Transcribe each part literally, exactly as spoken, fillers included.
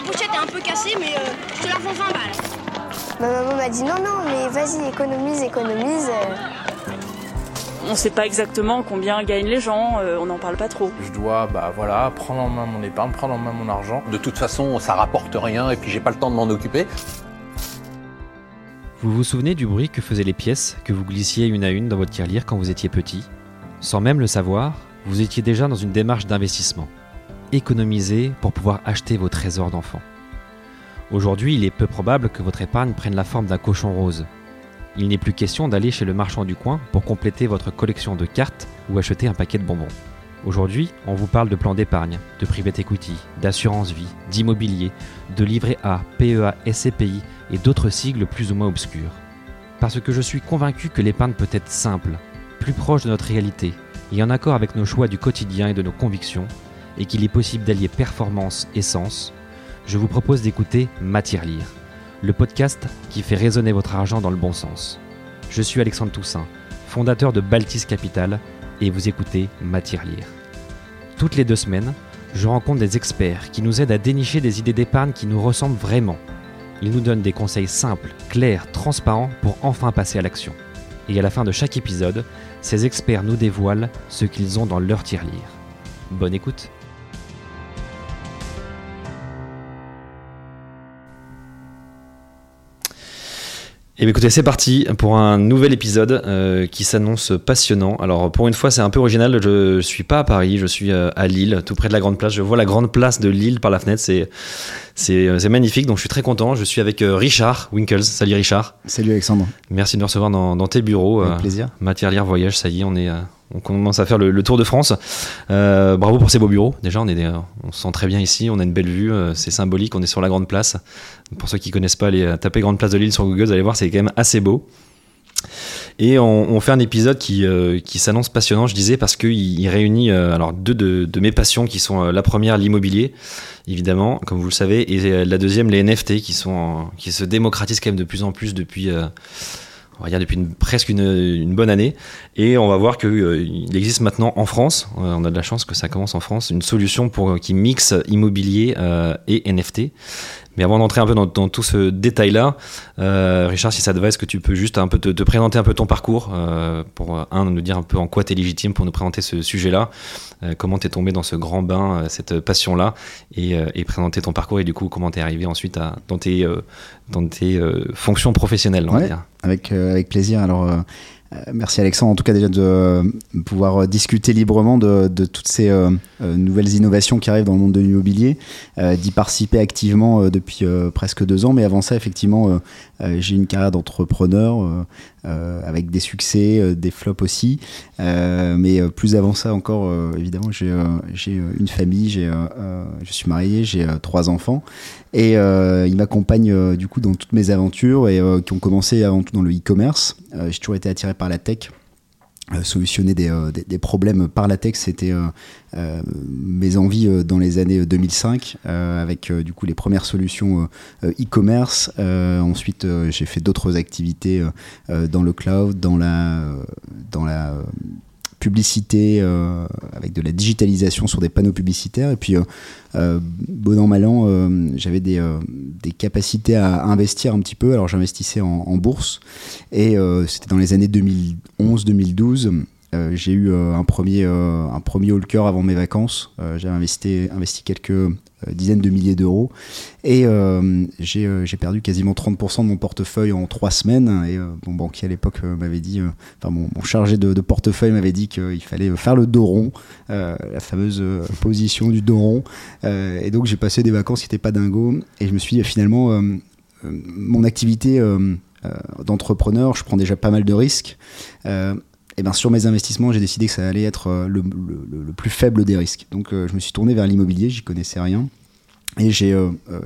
pochette est un peu cassée, mais euh, je te la vends vingt balles. Ma maman m'a dit non, non, mais vas-y, économise, économise. On ne sait pas exactement combien gagnent les gens, euh, on n'en parle pas trop. Je dois bah, voilà, prendre en main mon épargne, prendre en main mon argent. De toute façon, ça rapporte rien et puis j'ai pas le temps de m'en occuper. Vous vous souvenez du bruit que faisaient les pièces que vous glissiez une à une dans votre tirelire quand vous étiez petit ? Sans même le savoir, vous étiez déjà dans une démarche d'investissement. Économiser pour pouvoir acheter vos trésors d'enfant. Aujourd'hui, il est peu probable que votre épargne prenne la forme d'un cochon rose. Il n'est plus question d'aller chez le marchand du coin pour compléter votre collection de cartes ou acheter un paquet de bonbons. Aujourd'hui, on vous parle de plan d'épargne, de private equity, d'assurance vie, d'immobilier, de livret A, P E A, S C P I et d'autres sigles plus ou moins obscurs. Parce que je suis convaincu que l'épargne peut être simple, plus proche de notre réalité et en accord avec nos choix du quotidien et de nos convictions, et qu'il est possible d'allier performance et sens, je vous propose d'écouter Ma Tirelire, le podcast qui fait résonner votre argent dans le bon sens. Je suis Alexandre Toussaint, fondateur de Baltis Capital, et vous écoutez Ma Tirelire. Toutes les deux semaines, je rencontre des experts qui nous aident à dénicher des idées d'épargne qui nous ressemblent vraiment. Ils nous donnent des conseils simples, clairs, transparents pour enfin passer à l'action. Et à la fin de chaque épisode, ces experts nous dévoilent ce qu'ils ont dans leur tirelire. Bonne écoute. Et bien écoutez, c'est parti pour un nouvel épisode euh, qui s'annonce passionnant. Alors pour une fois, c'est un peu original, je suis pas à Paris, je suis euh, à Lille, tout près de la Grande Place. Je vois la Grande Place de Lille par la fenêtre, c'est, c'est, c'est magnifique, donc je suis très content. Je suis avec euh, Richard Winkles. Salut Richard. Salut Alexandre. Merci de nous recevoir dans, dans tes bureaux. Avec euh, plaisir. Ma Tirelire Voyage, ça y est, on est... Euh, On commence à faire le, le tour de France. Euh, bravo pour ces beaux bureaux. Déjà, on, est des, on se sent très bien ici. On a une belle vue. Euh, c'est symbolique. On est sur la Grande Place. Pour ceux qui ne connaissent pas, allez taper Grande Place de Lille sur Google. Vous allez voir, c'est quand même assez beau. Et on, on fait un épisode qui, euh, qui s'annonce passionnant, je disais, parce qu'il il réunit euh, alors deux de, de mes passions qui sont euh, la première, l'immobilier, évidemment, comme vous le savez, et euh, la deuxième, les N F T, qui, sont, euh, qui se démocratisent quand même de plus en plus depuis... Euh, on va dire depuis une, presque une, une bonne année, et on va voir qu'il euh, existe maintenant en France, euh, on a de la chance que ça commence en France, une solution pour, euh, qui mixe immobilier euh, et N F T. Mais avant d'entrer un peu dans, dans tout ce détail-là, euh, Richard, si ça te va, est-ce que tu peux juste un peu te, te présenter un peu ton parcours euh, pour, un, nous dire un peu en quoi tu es légitime pour nous présenter ce sujet-là, euh, comment tu es tombé dans ce grand bain, euh, cette passion-là, et, euh, et présenter ton parcours, et du coup, comment tu es arrivé ensuite à, dans tes, euh, dans tes euh, fonctions professionnelles, on ouais, va dire. Avec, euh, avec plaisir. Alors, euh, euh, merci Alexandre, en tout cas déjà de euh, pouvoir discuter librement de, de toutes ces euh, euh, nouvelles innovations qui arrivent dans le monde de l'immobilier, euh, d'y participer activement euh, depuis euh, presque deux ans. Mais avant ça, effectivement, euh, euh, j'ai une carrière d'entrepreneur euh, euh, avec des succès, euh, des flops aussi. Euh, mais euh, plus avant ça encore, euh, évidemment, j'ai, euh, j'ai une famille, j'ai, euh, euh, je suis marié, j'ai euh, trois enfants. Et euh, ils m'accompagnent euh, du coup dans toutes mes aventures et euh, qui ont commencé avant tout dans le e-commerce. Euh, j'ai toujours été attiré par la tech. Euh, solutionner des, euh, des, des problèmes par la tech, c'était euh, euh, mes envies euh, dans les années deux mille cinq, euh, avec euh, du coup les premières solutions euh, e-commerce. Euh, ensuite, euh, j'ai fait d'autres activités euh, euh, dans le cloud, dans la, euh, dans la euh, publicité, euh, avec de la digitalisation sur des panneaux publicitaires. Et puis, euh, euh, bon an, mal an, euh, j'avais des, euh, des capacités à investir un petit peu. Alors, j'investissais en, en bourse. Et euh, c'était dans les années deux mille onze deux mille douze. Euh, j'ai eu euh, un premier euh, un premier haut le cœur avant mes vacances. Euh, j'avais investi, investi quelques euh, dizaines de milliers d'euros et euh, j'ai, euh, j'ai perdu quasiment trente pour cent de mon portefeuille en trois semaines. Et euh, mon banquier à l'époque euh, m'avait dit, euh, enfin mon, mon chargé de, de portefeuille m'avait dit qu'il fallait faire le dos rond, euh, la fameuse euh, position du dos rond. Euh, et donc j'ai passé des vacances qui n'étaient pas dingos et je me suis dit finalement euh, euh, mon activité euh, euh, d'entrepreneur, je prends déjà pas mal de risques. Euh, Et ben sur mes investissements, j'ai décidé que ça allait être le, le, le plus faible des risques. Donc euh, je me suis tourné vers l'immobilier, j'y connaissais rien. Et j'ai euh, euh,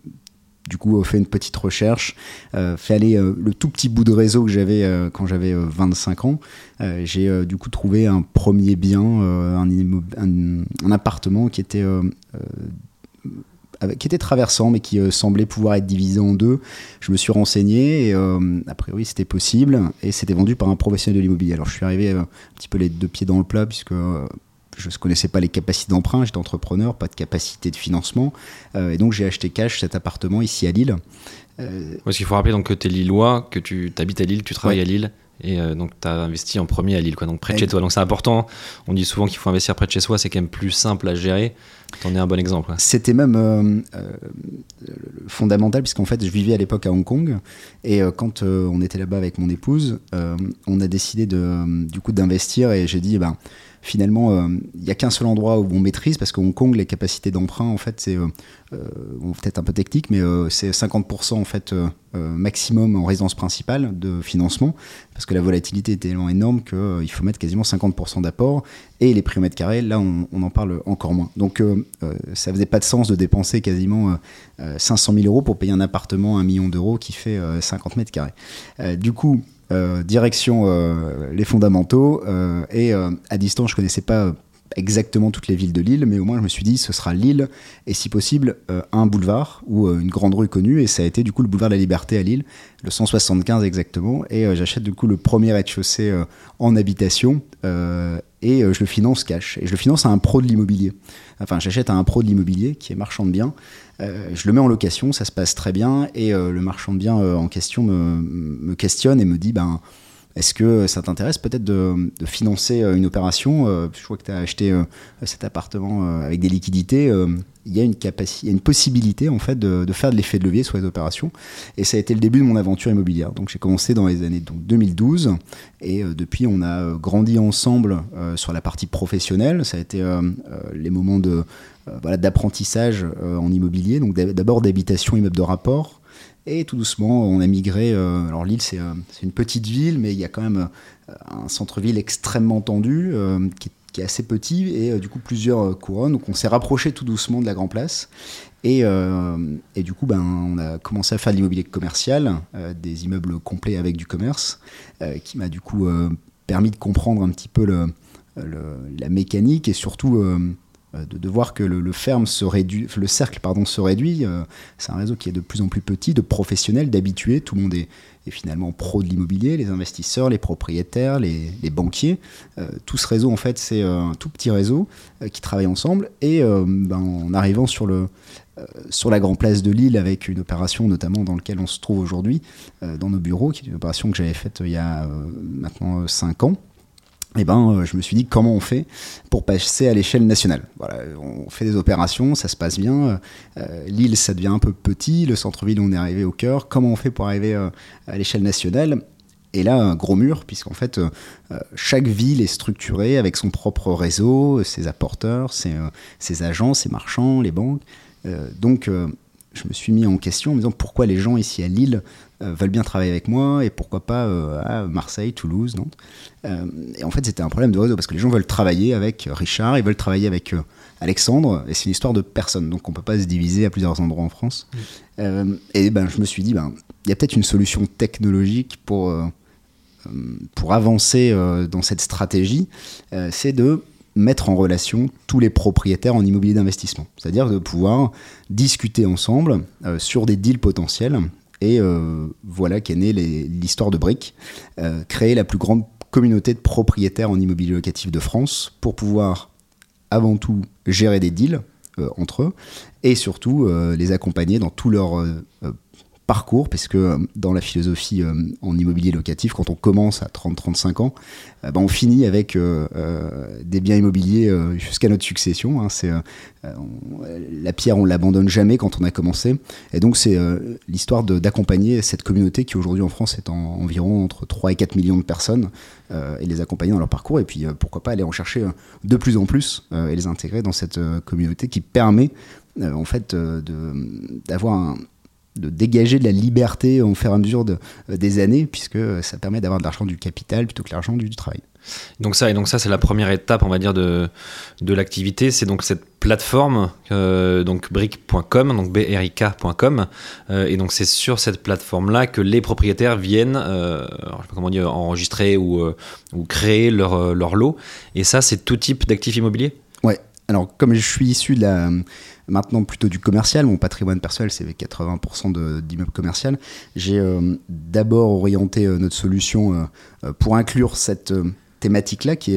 du coup fait une petite recherche, euh, fait aller euh, le tout petit bout de réseau que j'avais euh, quand j'avais euh, vingt-cinq ans. Euh, j'ai euh, du coup trouvé un premier bien, euh, un, immob- un, un appartement qui était... Euh, euh, Avec, qui était traversant mais qui euh, semblait pouvoir être divisé en deux. Je me suis renseigné et euh, a priori c'était possible et c'était vendu par un professionnel de l'immobilier. Alors je suis arrivé euh, un petit peu les deux pieds dans le plat puisque euh, je ne connaissais pas les capacités d'emprunt, j'étais entrepreneur, pas de capacité de financement. Euh, et donc, j'ai acheté cash cet appartement ici à Lille. Euh... Parce qu'il faut rappeler donc, que tu es lillois, que tu habites à Lille, tu travailles ouais. à Lille. Et euh, donc, tu as investi en premier à Lille, quoi, donc près de chez toi. Donc, c'est important. On dit souvent qu'il faut investir près de chez soi, c'est quand même plus simple à gérer. T'en es un bon exemple. Ouais. C'était même euh, euh, fondamental, puisqu'en fait, je vivais à l'époque à Hong Kong. Et euh, quand euh, on était là-bas avec mon épouse, euh, on a décidé de, euh, du coup, d'investir. Et j'ai dit, eh ben, finalement, il euh, n'y a qu'un seul endroit où on maîtrise, parce qu'à Hong Kong, les capacités d'emprunt, en fait, c'est euh, euh, bon, peut-être un peu technique, mais euh, c'est cinquante pour cent en fait, euh, maximum en résidence principale de financement, parce que la volatilité est tellement énorme qu'il euh, faut mettre quasiment cinquante pour cent d'apport, et les prix au mètre carré, là, on, on en parle encore moins. Donc, euh, euh, ça faisait pas de sens de dépenser quasiment euh, cinq cent mille euros pour payer un appartement à un million d'euros qui fait euh, cinquante mètres carrés. Euh, du coup, Euh, direction euh, les fondamentaux euh, et euh, à distance je connaissais pas exactement toutes les villes de Lille, mais au moins je me suis dit ce sera Lille et si possible euh, un boulevard ou euh, une grande rue connue, et ça a été du coup le boulevard de la Liberté à Lille, le cent soixante-quinze exactement, et euh, j'achète du coup le premier rez-de-chaussée euh, en habitation euh, et euh, je le finance cash, et je le finance à un pro de l'immobilier. Enfin, j'achète à un pro de l'immobilier qui est marchand de biens. Euh, je le mets en location, ça se passe très bien, et euh, le marchand de biens euh, en question me, me questionne et me dit ben, est-ce que ça t'intéresse peut-être de, de financer euh, une opération euh, je vois que tu as acheté euh, cet appartement euh, avec des liquidités. Euh, il y a une capacité, il y a une possibilité en fait de, de faire de l'effet de levier sur les opérations, et ça a été le début de mon aventure immobilière. Donc j'ai commencé dans les années donc, deux mille douze, et euh, depuis on a euh, grandi ensemble euh, sur la partie professionnelle. Ça a été euh, euh, les moments de euh, voilà, d'apprentissage euh, en immobilier, donc d'abord d'habitation immeuble de rapport. Et tout doucement, on a migré. Euh, alors Lille, c'est, euh, c'est une petite ville, mais il y a quand même euh, un centre-ville extrêmement tendu, euh, qui, est, qui est assez petit, et euh, du coup plusieurs euh, couronnes. Donc on s'est rapproché tout doucement de la Grand Place. Et, euh, et du coup, ben, on a commencé à faire de l'immobilier commercial, euh, des immeubles complets avec du commerce, euh, qui m'a du coup euh, permis de comprendre un petit peu le, le, la mécanique, et surtout... Euh, De, de voir que le, le, ferme se réduit, le cercle pardon, se réduit. Euh, c'est un réseau qui est de plus en plus petit, de professionnels, d'habitués. Tout le monde est, est finalement pro de l'immobilier, les investisseurs, les propriétaires, les, les banquiers. Euh, tout ce réseau, en fait, c'est un tout petit réseau euh, qui travaille ensemble. Et euh, ben, en arrivant sur, le, euh, sur la Grand Place de Lille, avec une opération notamment dans laquelle on se trouve aujourd'hui, euh, dans nos bureaux, qui est une opération que j'avais faite euh, il y a euh, maintenant cinq ans, et eh ben, euh, je me suis dit comment on fait pour passer à l'échelle nationale. Voilà, on fait des opérations, ça se passe bien. Euh, Lille, ça devient un peu petit. Le centre-ville, on est arrivé au cœur. Comment on fait pour arriver euh, à l'échelle nationale ? Et là, un gros mur, puisqu'en fait, euh, chaque ville est structurée avec son propre réseau, ses apporteurs, ses, euh, ses agents, ses marchands, les banques. Euh, donc, euh, je me suis mis en question en me disant pourquoi les gens ici à Lille euh, veulent bien travailler avec moi, et pourquoi pas euh, à Marseille, Toulouse, Nantes. Euh, et en fait, c'était un problème de réseau, parce que les gens veulent travailler avec Richard, ils veulent travailler avec euh, Alexandre, et c'est une histoire de personnes, donc on peut pas se diviser à plusieurs endroits en France. Mmh. Euh, et ben, je me suis dit, ben, il y a peut-être une solution technologique pour, euh, pour avancer euh, dans cette stratégie, euh, c'est de mettre en relation tous les propriétaires en immobilier d'investissement. C'est-à-dire de pouvoir discuter ensemble euh, sur des deals potentiels. Et euh, voilà qu'est née les, l'histoire de Brick, euh, créer la plus grande communauté de propriétaires en immobilier locatif de France pour pouvoir avant tout gérer des deals euh, entre eux, et surtout euh, les accompagner dans tout leur euh, parcours, parce que euh, dans la philosophie euh, en immobilier locatif, quand on commence à trente à trente-cinq ans, euh, ben on finit avec euh, euh, des biens immobiliers euh, jusqu'à notre succession. Hein, c'est, euh, on, la pierre, on ne l'abandonne jamais quand on a commencé. Et donc, c'est euh, l'histoire de, d'accompagner cette communauté qui, aujourd'hui, en France, est en, environ entre trois et quatre millions de personnes, euh, et les accompagner dans leur parcours. Et puis, euh, pourquoi pas aller en chercher euh, de plus en plus euh, et les intégrer dans cette euh, communauté qui permet, euh, en fait, euh, de, d'avoir un de dégager de la liberté au fur et à mesure de, euh, des années, puisque ça permet d'avoir de l'argent du capital plutôt que l'argent du, du travail. Donc ça, et donc ça, c'est la première étape, on va dire, de, de l'activité. C'est donc cette plateforme, euh, donc brick point com, donc B R I K point com, euh, et donc c'est sur cette plateforme-là que les propriétaires viennent, euh, alors, je sais pas comment dire, enregistrer ou, euh, ou créer leur, leur lot. Et ça, c'est tout type d'actifs immobiliers ? Ouais. Alors, comme je suis issu de la... maintenant plutôt du commercial, mon patrimoine personnel c'est quatre-vingts pour cent de, d'immeubles commerciaux, j'ai euh, d'abord orienté euh, notre solution euh, pour inclure cette euh, thématique-là qui est euh,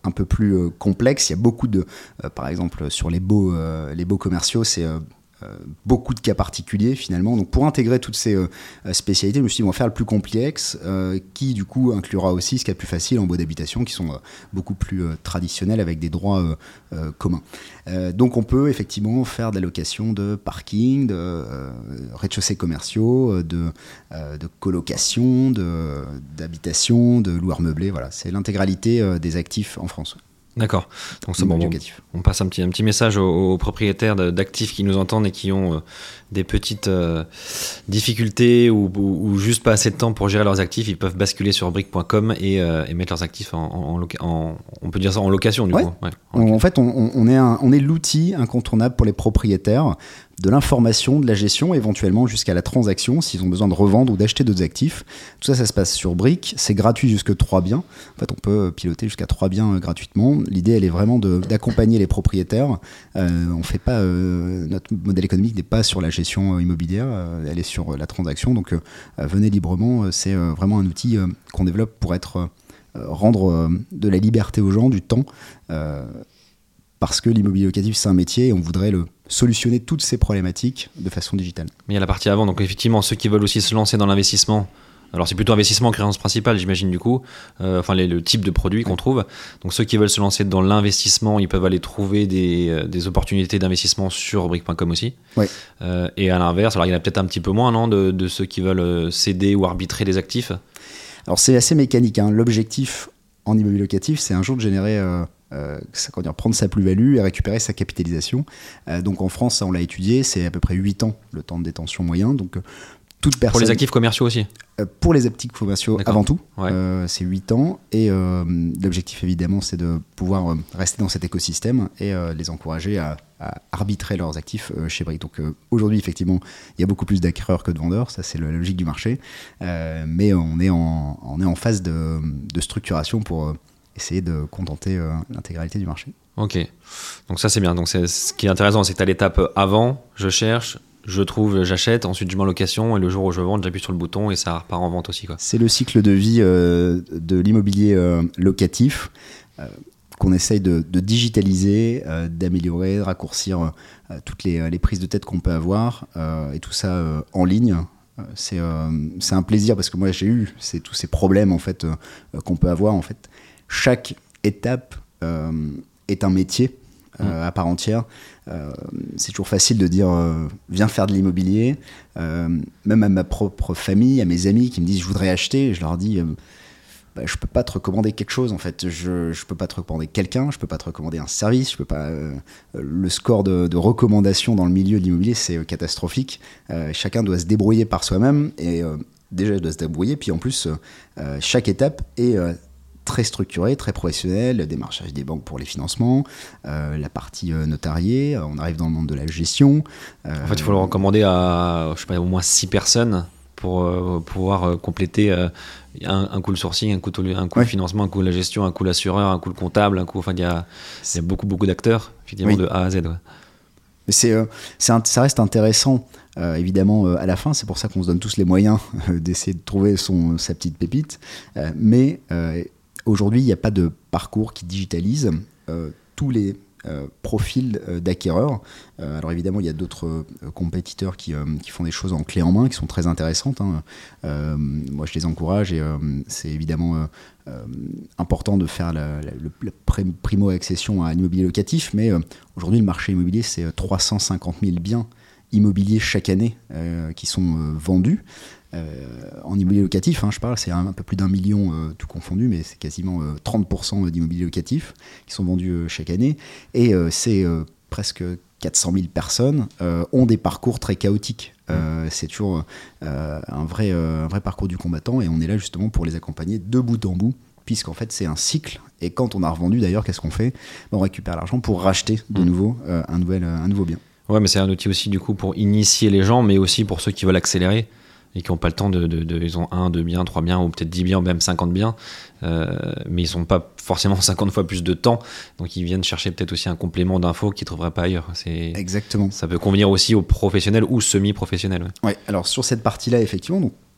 un peu plus euh, complexe. Il y a beaucoup de, euh, par exemple, sur les baux, euh, les baux commerciaux, c'est euh, Euh, beaucoup de cas particuliers finalement. Donc pour intégrer toutes ces euh, spécialités, je me suis dit on va faire le plus complexe euh, qui du coup inclura aussi ce qu'il y a de plus facile en baux d'habitation qui sont euh, beaucoup plus euh, traditionnels avec des droits euh, euh, communs. Euh, donc on peut effectivement faire de la location de parking, de euh, rez-de-chaussée commerciaux, de, euh, de colocation, de, d'habitation, de loueurs meublés. Voilà, c'est l'intégralité euh, des actifs en France. D'accord. Donc c'est bon, bon, on passe un petit, un petit message aux, aux propriétaires d'actifs qui nous entendent et qui ont euh, des petites euh, difficultés ou, ou, ou juste pas assez de temps pour gérer leurs actifs. Ils peuvent basculer sur brick point com et, euh, et mettre leurs actifs en, en, en, en, on peut dire ça en location du ouais. coup. Ouais, en, en fait, on, on est, un, on est l'outil incontournable pour les propriétaires de l'information, de la gestion, éventuellement jusqu'à la transaction, s'ils ont besoin de revendre ou d'acheter d'autres actifs. Tout ça, ça se passe sur Brick. C'est gratuit jusque trois biens. En fait, on peut piloter jusqu'à trois biens euh, gratuitement. L'idée, elle est vraiment de, d'accompagner les propriétaires. Euh, on fait pas, euh, notre modèle économique n'est pas sur la gestion euh, immobilière, euh, elle est sur euh, la transaction. Donc, euh, venez librement. Euh, c'est euh, vraiment un outil euh, qu'on développe pour être, euh, rendre euh, de la liberté aux gens, du temps. Euh, parce que l'immobilier locatif, c'est un métier et on voudrait le solutionner toutes ces problématiques de façon digitale. Mais il y a la partie avant, donc effectivement, ceux qui veulent aussi se lancer dans l'investissement, alors c'est plutôt investissement en créance principale, j'imagine du coup, euh, enfin les, le type de produit qu'on ouais. trouve. Donc ceux qui veulent se lancer dans l'investissement, ils peuvent aller trouver des, euh, des opportunités d'investissement sur brick point com aussi. Ouais. Euh, et à l'inverse, alors il y en a peut-être un petit peu moins, non, de, de ceux qui veulent céder ou arbitrer des actifs. Alors c'est assez mécanique, hein. L'objectif en immobilier locatif, c'est un jour de générer... Euh Euh, ça, dire, prendre sa plus-value et récupérer sa capitalisation. Euh, donc en France, ça, on l'a étudié, c'est à peu près huit ans le temps de détention moyen. Donc, toute personne, pour les actifs commerciaux aussi euh, Pour les actifs commerciaux, D'accord. avant tout, ouais. euh, c'est huit ans. Et euh, l'objectif, évidemment, c'est de pouvoir euh, rester dans cet écosystème et euh, les encourager à, à arbitrer leurs actifs euh, chez Brick. Donc euh, aujourd'hui, effectivement, il y a beaucoup plus d'acquéreurs que de vendeurs. Ça, c'est la logique du marché. Euh, mais on est en, on est en phase de, de structuration pour... Euh, essayer de contenter euh, l'intégralité du marché. Ok, donc ça c'est bien. Donc c'est, ce qui est intéressant, c'est que tu as l'étape avant, je cherche, je trouve, j'achète, ensuite je mets en location et le jour où je vends, j'appuie sur le bouton et ça repart en vente aussi, quoi. C'est le cycle de vie euh, de l'immobilier euh, locatif euh, qu'on essaye de, de digitaliser, euh, d'améliorer, de raccourcir euh, toutes les, les prises de tête qu'on peut avoir euh, et tout ça euh, en ligne. C'est, euh, c'est un plaisir parce que moi j'ai eu c'est tous ces problèmes en fait, euh, qu'on peut avoir en fait. Chaque étape euh, est un métier euh, à part entière. Euh, c'est toujours facile de dire euh, viens faire de l'immobilier. Euh, même à ma propre famille, à mes amis qui me disent je voudrais acheter, je leur dis euh, bah, je peux pas te recommander quelque chose en fait. Je je peux pas te recommander quelqu'un, je peux pas te recommander un service, je peux pas. Euh, le score de, de recommandation dans le milieu de l'immobilier c'est catastrophique. Euh, chacun doit se débrouiller par soi-même et euh, déjà il doit se débrouiller. Puis en plus euh, chaque étape est euh, très structuré, très professionnel, le démarchage des banques pour les financements, euh, la partie euh, notariée, euh, on arrive dans le monde de la gestion. Euh, en fait, il faut le recommander à je sais pas, au moins six personnes pour euh, pouvoir euh, compléter euh, un, un coup le sourcing, un coup, un coup ouais. le financement, un coup la gestion, un coup l'assureur, un coup le comptable, un coup, enfin il y a, y a beaucoup, beaucoup d'acteurs, effectivement, oui. de A à Z. Ouais. Mais c'est, euh, c'est un, ça reste intéressant, euh, évidemment, euh, à la fin. C'est pour ça qu'on se donne tous les moyens euh, d'essayer de trouver son, sa petite pépite. Euh, mais euh, aujourd'hui, il n'y a pas de parcours qui digitalise euh, tous les euh, profils euh, d'acquéreurs. Euh, alors évidemment, il y a d'autres euh, compétiteurs qui, euh, qui font des choses en clé en main, qui sont très intéressantes. Hein. Euh, moi, je les encourage et euh, c'est évidemment euh, euh, important de faire la, la, la primo-accession à l'immobilier locatif. Mais euh, aujourd'hui, le marché immobilier, c'est trois cent cinquante mille biens immobiliers chaque année euh, qui sont euh, vendus. Euh, en immobilier locatif, hein, je parle, c'est un, un peu plus d'un million euh, tout confondu, mais c'est quasiment euh, trente pour cent d'immobilier locatif qui sont vendus euh, chaque année. Et euh, c'est euh, presque quatre cent mille personnes euh, ont des parcours très chaotiques. Euh, c'est toujours euh, un, vrai, euh, un vrai parcours du combattant et on est là justement pour les accompagner de bout en bout, puisqu'en fait c'est un cycle. Et quand on a revendu d'ailleurs, qu'est-ce qu'on fait ? On récupère l'argent pour racheter de nouveau euh, un, nouvel, un nouveau bien. Ouais, mais c'est un outil aussi du coup pour initier les gens, mais aussi pour ceux qui veulent accélérer et qui n'ont pas le temps de, de, de... Ils ont un, deux biens, trois biens, ou peut-être dix biens, ou même cinquante biens, euh, mais ils n'ont pas forcément cinquante fois plus de temps, donc ils viennent chercher peut-être aussi un complément d'infos qu'ils ne trouveraient pas ailleurs. C'est... Exactement. Ça peut convenir aussi aux professionnels ou semi-professionnels. Ouais, ouais, alors sur cette partie-là, effectivement, donc,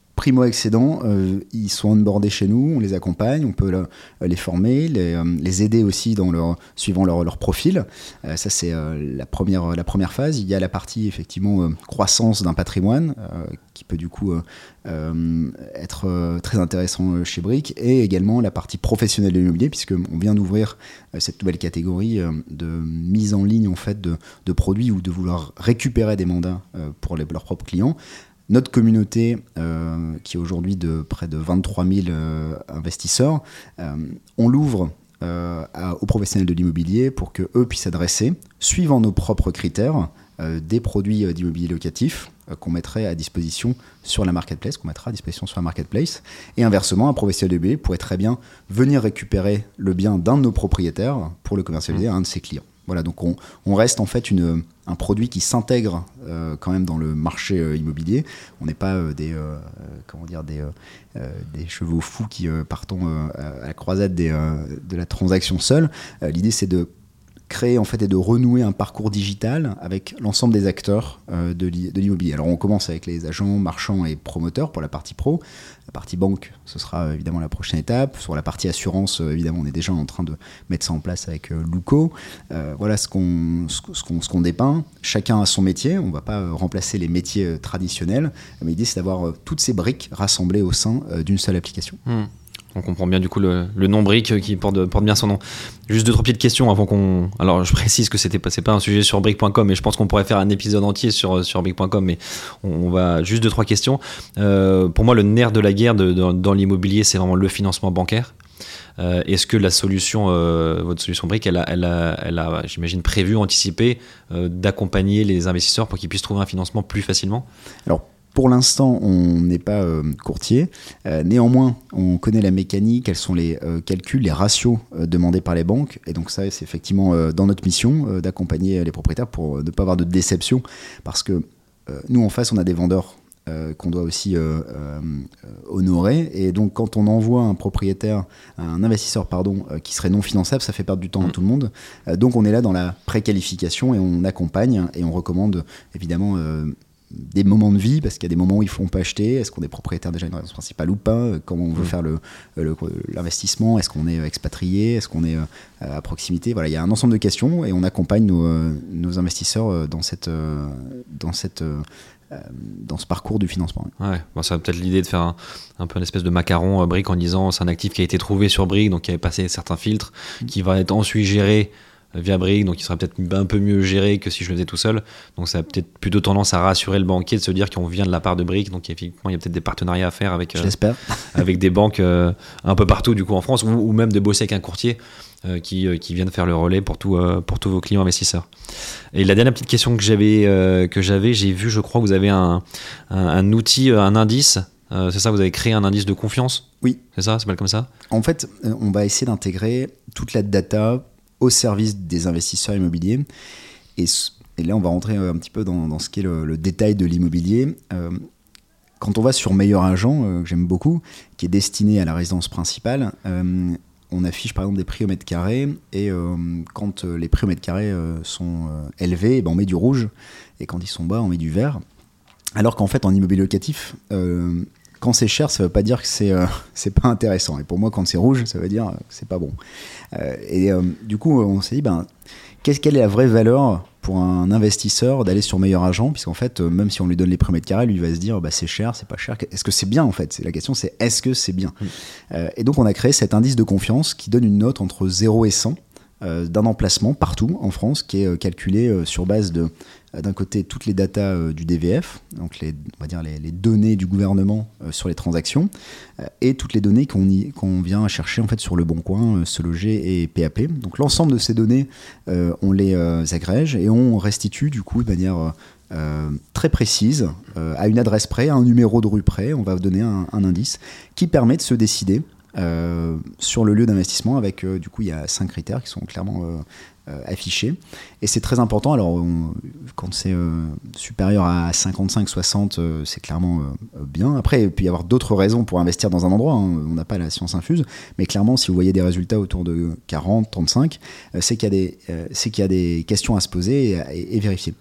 primo-accédants, euh, ils sont onboardés chez nous, on les accompagne, on peut le, les former, les, euh, les aider aussi dans leur, suivant leur, leur profil. Euh, ça, c'est euh, la, première, la première phase. Il y a la partie, effectivement, euh, croissance d'un patrimoine, euh, qui peut du coup euh, euh, être euh, très intéressant chez Brick, et également la partie professionnelle de l'immobilier, puisqu'on vient d'ouvrir euh, cette nouvelle catégorie euh, de mise en ligne en fait, de, de produits ou de vouloir récupérer des mandats euh, pour les, leurs propres clients. Notre communauté, euh, qui est aujourd'hui de près de vingt-trois mille euh, investisseurs, euh, on l'ouvre euh, à, aux professionnels de l'immobilier pour qu'eux puissent adresser, suivant nos propres critères, euh, des produits d'immobilier locatif euh, qu'on mettrait à disposition sur la marketplace, qu'on mettra à disposition sur la marketplace. Et inversement, un professionnel de l'immobilier pourrait très bien venir récupérer le bien d'un de nos propriétaires pour le commercialiser à un de ses clients. Voilà, donc on, on reste en fait une, un produit qui s'intègre euh, quand même dans le marché euh, immobilier. On n'est pas euh, des, euh, comment dire, des, euh, des chevaux fous qui euh, partons euh, à la croisade des, euh, de la transaction seule. Euh, l'idée, c'est de créer en fait et de renouer un parcours digital avec l'ensemble des acteurs euh, de, l'i- de l'immobilier. Alors on commence avec les agents, marchands et promoteurs pour la partie pro. La partie banque, ce sera euh, évidemment la prochaine étape. Sur la partie assurance, euh, évidemment, on est déjà en train de mettre ça en place avec euh, Luco. Euh, voilà ce qu'on, ce, ce, qu'on, ce qu'on dépeint. Chacun a son métier. On ne va pas euh, remplacer les métiers euh, traditionnels. Mais l'idée, c'est d'avoir euh, toutes ces briques rassemblées au sein euh, d'une seule application. Mmh. On comprend bien du coup le, le nom Brick qui porte, porte bien son nom. Juste deux trois petites questions avant qu'on. Alors je précise que c'était pas, c'est pas un sujet sur brick point com, mais je pense qu'on pourrait faire un épisode entier sur sur brick point com, mais on, on va juste deux trois questions. Euh, pour moi, le nerf de la guerre de, de, dans l'immobilier, c'est vraiment le financement bancaire. Euh, est-ce que la solution, euh, votre solution Brick, elle a, elle a, elle a, j'imagine, prévu, anticipé euh, d'accompagner les investisseurs pour qu'ils puissent trouver un financement plus facilement ? Alors, pour l'instant, on n'est pas euh, courtier. Euh, néanmoins, on connaît la mécanique, quels sont les euh, calculs, les ratios euh, demandés par les banques. Et donc ça, c'est effectivement euh, dans notre mission euh, d'accompagner les propriétaires pour euh, ne pas avoir de déception. Parce que euh, nous, en face, on a des vendeurs euh, qu'on doit aussi euh, euh, honorer. Et donc, quand on envoie un propriétaire, un investisseur, pardon, euh, qui serait non finançable, ça fait perdre du temps mmh. à tout le monde. Euh, donc, on est là dans la préqualification et on accompagne et on recommande évidemment... Euh, des moments de vie, parce qu'il y a des moments où il faut on peut acheter, est-ce qu'on est propriétaire déjà d'une résidence principale ou pas, comment on veut mmh. faire le, le, l'investissement, est-ce qu'on est expatrié, est-ce qu'on est à proximité, voilà, il y a un ensemble de questions et on accompagne nos, nos investisseurs dans cette, dans cette dans ce parcours du financement. Ouais, bon, ça va peut-être l'idée de faire un, un peu une espèce de macaron Brick en disant c'est un actif qui a été trouvé sur Brick, donc qui avait passé certains filtres, mmh. qui va être ensuite géré via Brick, donc il sera peut-être un peu mieux géré que si je le faisais tout seul. Donc ça a peut-être plutôt tendance à rassurer le banquier de se dire qu'on vient de la part de Brick. Donc effectivement, il y a peut-être des partenariats à faire avec, euh, avec des banques euh, un peu partout du coup en France, ou, ou même de bosser avec un courtier euh, qui, euh, qui vient de faire le relais pour, tout, euh, pour tous vos clients investisseurs. Et la dernière petite question que j'avais, euh, que j'avais j'ai vu, je crois que vous avez un, un, un outil, un indice. Euh, c'est ça, vous avez créé un indice de confiance ? Oui. C'est ça, c'est pas comme ça ? En fait, on va essayer d'intégrer toute la data au service des investisseurs immobiliers. Et, et là, on va rentrer un petit peu dans, dans ce qui est le, le détail de l'immobilier. Euh, quand on va sur Meilleur Agent, euh, que j'aime beaucoup, qui est destiné à la résidence principale, euh, on affiche par exemple des prix au mètre carré. Et euh, quand les prix au mètre carré euh, sont euh, élevés, eh ben, on met du rouge. Et quand ils sont bas, on met du vert. Alors qu'en fait, en immobilier locatif, euh, quand c'est cher, ça ne veut pas dire que c'est, euh, c'est pas intéressant. Et pour moi, quand c'est rouge, ça veut dire que c'est pas bon. Euh, et euh, du coup, on s'est dit, ben, qu'est-ce, quelle est la vraie valeur pour un investisseur d'aller sur Meilleur Agent ? Puisqu'en fait, euh, même si on lui donne les prix au mètre carré, lui il va se dire, bah, c'est cher, c'est pas cher. Est-ce que c'est bien en fait ? C'est, la question, c'est est-ce que c'est bien ? mmh. euh, Et donc, on a créé cet indice de confiance qui donne une note entre zéro et cent euh, d'un emplacement partout en France, qui est euh, calculé euh, sur base de d'un côté toutes les datas euh, du D V F, donc les, on va dire les, les données du gouvernement euh, sur les transactions, euh, et toutes les données qu'on, y, qu'on vient chercher en fait sur Le Bon Coin, euh, Se Loger et P A P. Donc l'ensemble de ces données, euh, on les euh, agrège et on restitue du coup de manière euh, très précise, euh, à une adresse près, à un numéro de rue près, on va donner un, un indice qui permet de se décider euh, sur le lieu d'investissement avec, euh, du coup il y a cinq critères qui sont clairement euh, Euh, affiché. Et c'est très important. Alors, on, quand c'est euh, supérieur à cinquante-cinq soixante, euh, c'est clairement euh, bien. Après, il peut y avoir d'autres raisons pour investir dans un endroit. Hein. On n'a pas la science infuse. Mais clairement, si vous voyez des résultats autour de quarante, trente-cinq, euh, c'est, qu'il y a des, euh, c'est qu'il y a des questions à se poser et, et, et vérifier.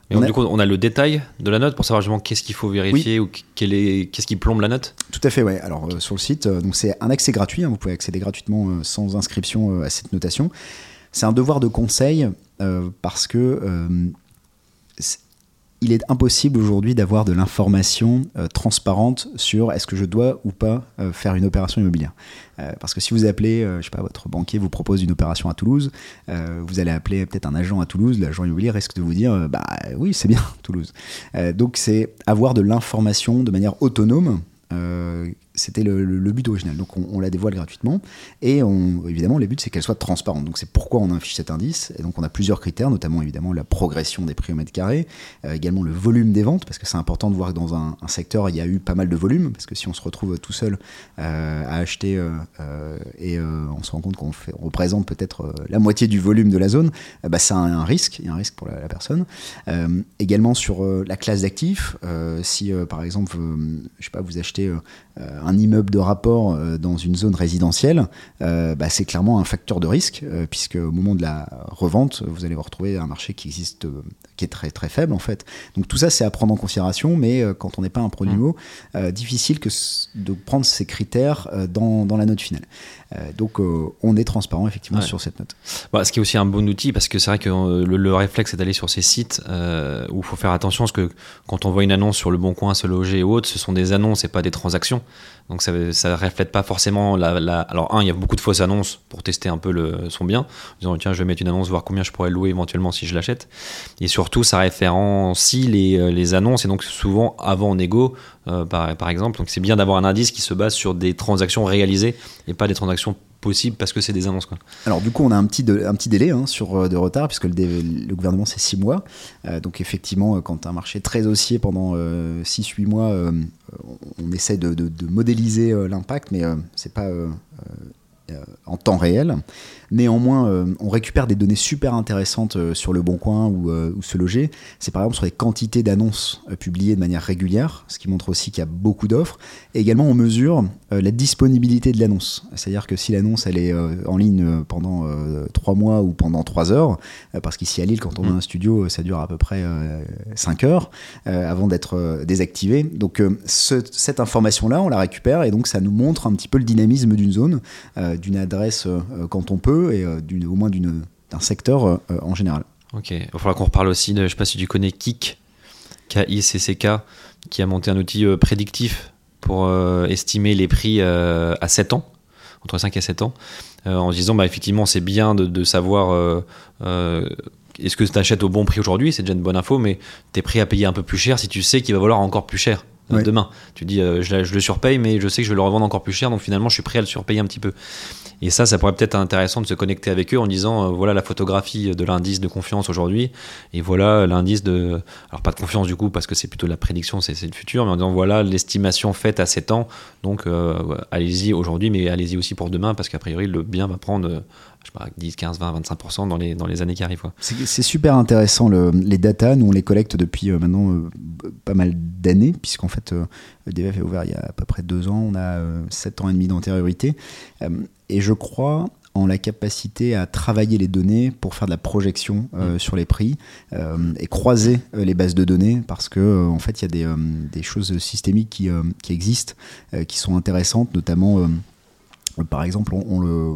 Et donc, On a- du coup, on a le détail de la note pour savoir justement qu'est-ce qu'il faut vérifier ou quel est, qu'est-ce qui plombe la note. Tout à fait, ouais. Alors euh, sur le site, euh, donc c'est un accès gratuit. Hein, vous pouvez accéder gratuitement euh, sans inscription euh, à cette notation. C'est un devoir de conseil euh, parce que euh, c'est- il est impossible aujourd'hui d'avoir de l'information euh, transparente sur est-ce que je dois ou pas euh, faire une opération immobilière. Euh, parce que si vous appelez, euh, je sais pas, votre banquier vous propose une opération à Toulouse, euh, vous allez appeler peut-être un agent à Toulouse, l'agent immobilier risque de vous dire, euh, bah oui, c'est bien Toulouse. Euh, donc c'est avoir de l'information de manière autonome. Euh, c'était le, le, le but original. Donc on, on la dévoile gratuitement et on, évidemment le but c'est qu'elle soit transparente. Donc c'est pourquoi on affiche cet indice. Et donc on a plusieurs critères, notamment évidemment la progression des prix au mètre carré, euh, également le volume des ventes, parce que c'est important de voir que dans un, un secteur il y a eu pas mal de volume, parce que si on se retrouve tout seul euh, à acheter euh, euh, et euh, on se rend compte qu'on fait, on représente peut-être euh, la moitié du volume de la zone, euh, bah, ça a un, un risque, il y a un risque pour la, la personne. Euh, également sur euh, la classe d'actifs, euh, si euh, par exemple euh, je sais pas, vous achetez euh, un immeuble de rapport euh, dans une zone résidentielle, euh, bah, c'est clairement un facteur de risque, euh, puisque au moment de la revente, vous allez vous retrouver un marché qui existe, euh, qui est très très faible en fait. Donc tout ça, c'est à prendre en considération, mais euh, quand on n'est pas un produit immo, euh, difficile que c- de prendre ces critères euh, dans, dans la note finale. Euh, donc euh, on est transparent effectivement Ouais. sur cette note. Bah, ce qui est aussi un bon outil, parce que c'est vrai que euh, le, le réflexe c'est d'aller sur ces sites euh, où il faut faire attention, parce que quand on voit une annonce sur Le Bon Coin, Se Loger ou autre, ce sont des annonces et pas des transactions. Donc ça ne reflète pas forcément la, la... Alors un, il y a beaucoup de fausses annonces pour tester un peu le, son bien, en disant tiens je vais mettre une annonce, voir combien je pourrais le louer éventuellement si je l'achète. Et surtout ça référencie les, les annonces, et donc souvent avant en négo euh, par, par exemple. Donc c'est bien d'avoir un indice qui se base sur des transactions réalisées et pas des transactions possibles parce que c'est des annonces, quoi. Alors du coup, on a un petit, de, un petit délai hein, sur, euh, de retard, puisque le, dé, le gouvernement, c'est six mois. Euh, donc effectivement, quand un marché est très haussier pendant euh, six huit mois, euh, on essaie de, de, de modéliser euh, l'impact, mais euh, c'est pas euh, euh, en temps réel. Néanmoins, euh, on récupère des données super intéressantes euh, sur Le Bon Coin ou, euh, ou Se Loger. C'est par exemple sur les quantités d'annonces euh, publiées de manière régulière, ce qui montre aussi qu'il y a beaucoup d'offres. Et également, on mesure euh, la disponibilité de l'annonce. C'est-à-dire que si l'annonce elle est euh, en ligne euh, pendant euh, trois mois ou pendant trois heures, euh, parce qu'ici à Lille, quand on a un studio, ça dure à peu près euh, cinq heures euh, avant d'être euh, désactivé. Donc euh, ce, cette information-là, on la récupère et donc ça nous montre un petit peu le dynamisme d'une zone, euh, d'une adresse euh, quand on peut, et euh, d'une, au moins d'une, d'un secteur euh, en général. Ok, il va falloir qu'on reparle aussi de, je sais pas si tu connais Kik, K I C C K, qui a monté un outil euh, prédictif pour euh, estimer les prix euh, à sept ans, entre cinq et sept ans, euh, en se disant bah, effectivement c'est bien de, de savoir euh, euh, est-ce que tu achètes au bon prix aujourd'hui, c'est déjà une bonne info, mais tu es prêt à payer un peu plus cher si tu sais qu'il va valoir encore plus cher. Ouais. Demain, tu dis euh, je, je le surpaye, mais je sais que je vais le revendre encore plus cher, donc finalement je suis prêt à le surpayer un petit peu. Et ça, ça pourrait peut-être être intéressant de se connecter avec eux en disant euh, voilà la photographie de l'indice de confiance aujourd'hui, et voilà l'indice de, alors pas de confiance du coup parce que c'est plutôt la prédiction, c'est, c'est le futur, mais en disant voilà l'estimation faite à sept ans, donc euh, allez-y aujourd'hui, mais allez-y aussi pour demain, parce qu'a priori le bien va prendre euh, je sais pas, dix, quinze, vingt, vingt-cinq pour cent dans les, dans les années qui arrivent. Quoi. C'est, c'est super intéressant, le, les datas. Nous, on les collecte depuis euh, maintenant euh, pas mal d'années, puisqu'en fait, euh, E D F est ouvert il y a à peu près deux ans. On a euh, sept ans et demi d'antériorité. Euh, et je crois en la capacité à travailler les données pour faire de la projection euh, mmh. sur les prix euh, et croiser euh, les bases de données, parce que euh, en fait, il y a des, euh, des choses systémiques qui, euh, qui existent, euh, qui sont intéressantes, notamment... Euh, Par exemple, on, on, le,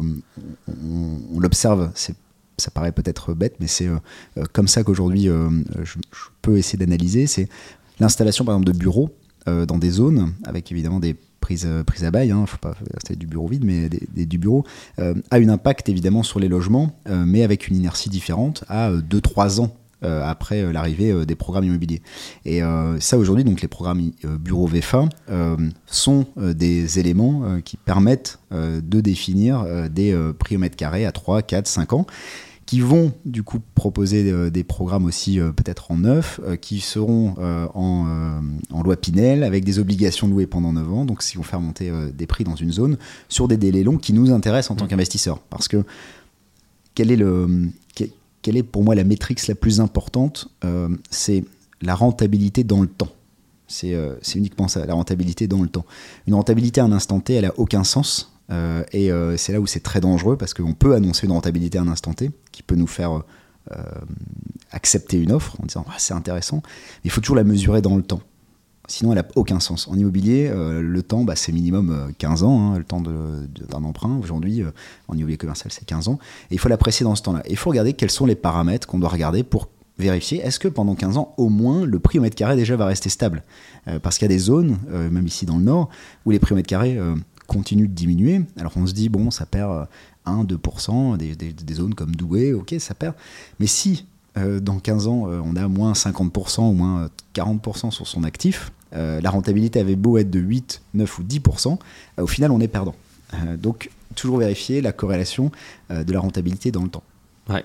on, on l'observe, c'est, ça paraît peut-être bête, mais c'est euh, comme ça qu'aujourd'hui euh, je, je peux essayer d'analyser. C'est l'installation par exemple de bureaux euh, dans des zones, avec évidemment des prises, prises à bail, il hein, ne faut pas installer du bureau vide, mais des, des, du bureau, euh, a un impact évidemment sur les logements, euh, mais avec une inertie différente à deux trois ans. Euh, après euh, l'arrivée euh, des programmes immobiliers. Et euh, ça aujourd'hui, donc les programmes euh, bureau V F A euh, sont euh, des éléments euh, qui permettent euh, de définir euh, des euh, prix au mètre carré à trois, quatre, cinq ans, qui vont du coup proposer euh, des programmes aussi euh, peut-être en neuf, euh, qui seront euh, en, euh, en loi Pinel, avec des obligations de louer pendant neuf ans, donc qui vont faire monter euh, des prix dans une zone sur des délais longs qui nous intéressent en tant qu'investisseurs. Parce que quel est le... Quel, Quelle est pour moi la métrique la plus importante euh, c'est la rentabilité dans le temps. C'est, euh, c'est uniquement ça, la rentabilité dans le temps. Une rentabilité à un instant T, elle n'a aucun sens. Euh, et euh, c'est là où c'est très dangereux, parce qu'on peut annoncer une rentabilité à un instant T qui peut nous faire euh, accepter une offre en disant ah, c'est intéressant, mais il faut toujours la mesurer dans le temps. Sinon, elle n'a aucun sens. En immobilier, euh, le temps, bah, c'est minimum euh, quinze ans, hein, le temps de, de, d'un emprunt. Aujourd'hui, euh, en immobilier commercial, c'est quinze ans. Et il faut l'apprécier dans ce temps-là. Et il faut regarder quels sont les paramètres qu'on doit regarder pour vérifier est-ce que pendant quinze ans, au moins, le prix au mètre carré déjà va rester stable. Euh, parce qu'il y a des zones, euh, même ici dans le Nord, où les prix au mètre carré euh, continuent de diminuer. Alors on se dit, bon, ça perd euh, un à deux pour cent, des, des, des zones comme Douai, ok, ça perd. Mais si euh, dans quinze ans, euh, on a moins cinquante pour cent ou moins quarante pour cent sur son actif, euh, la rentabilité avait beau être de huit, neuf ou dix pour cent, euh, au final, on est perdant. Euh, donc, toujours vérifier la corrélation euh, de la rentabilité dans le temps. Ouais.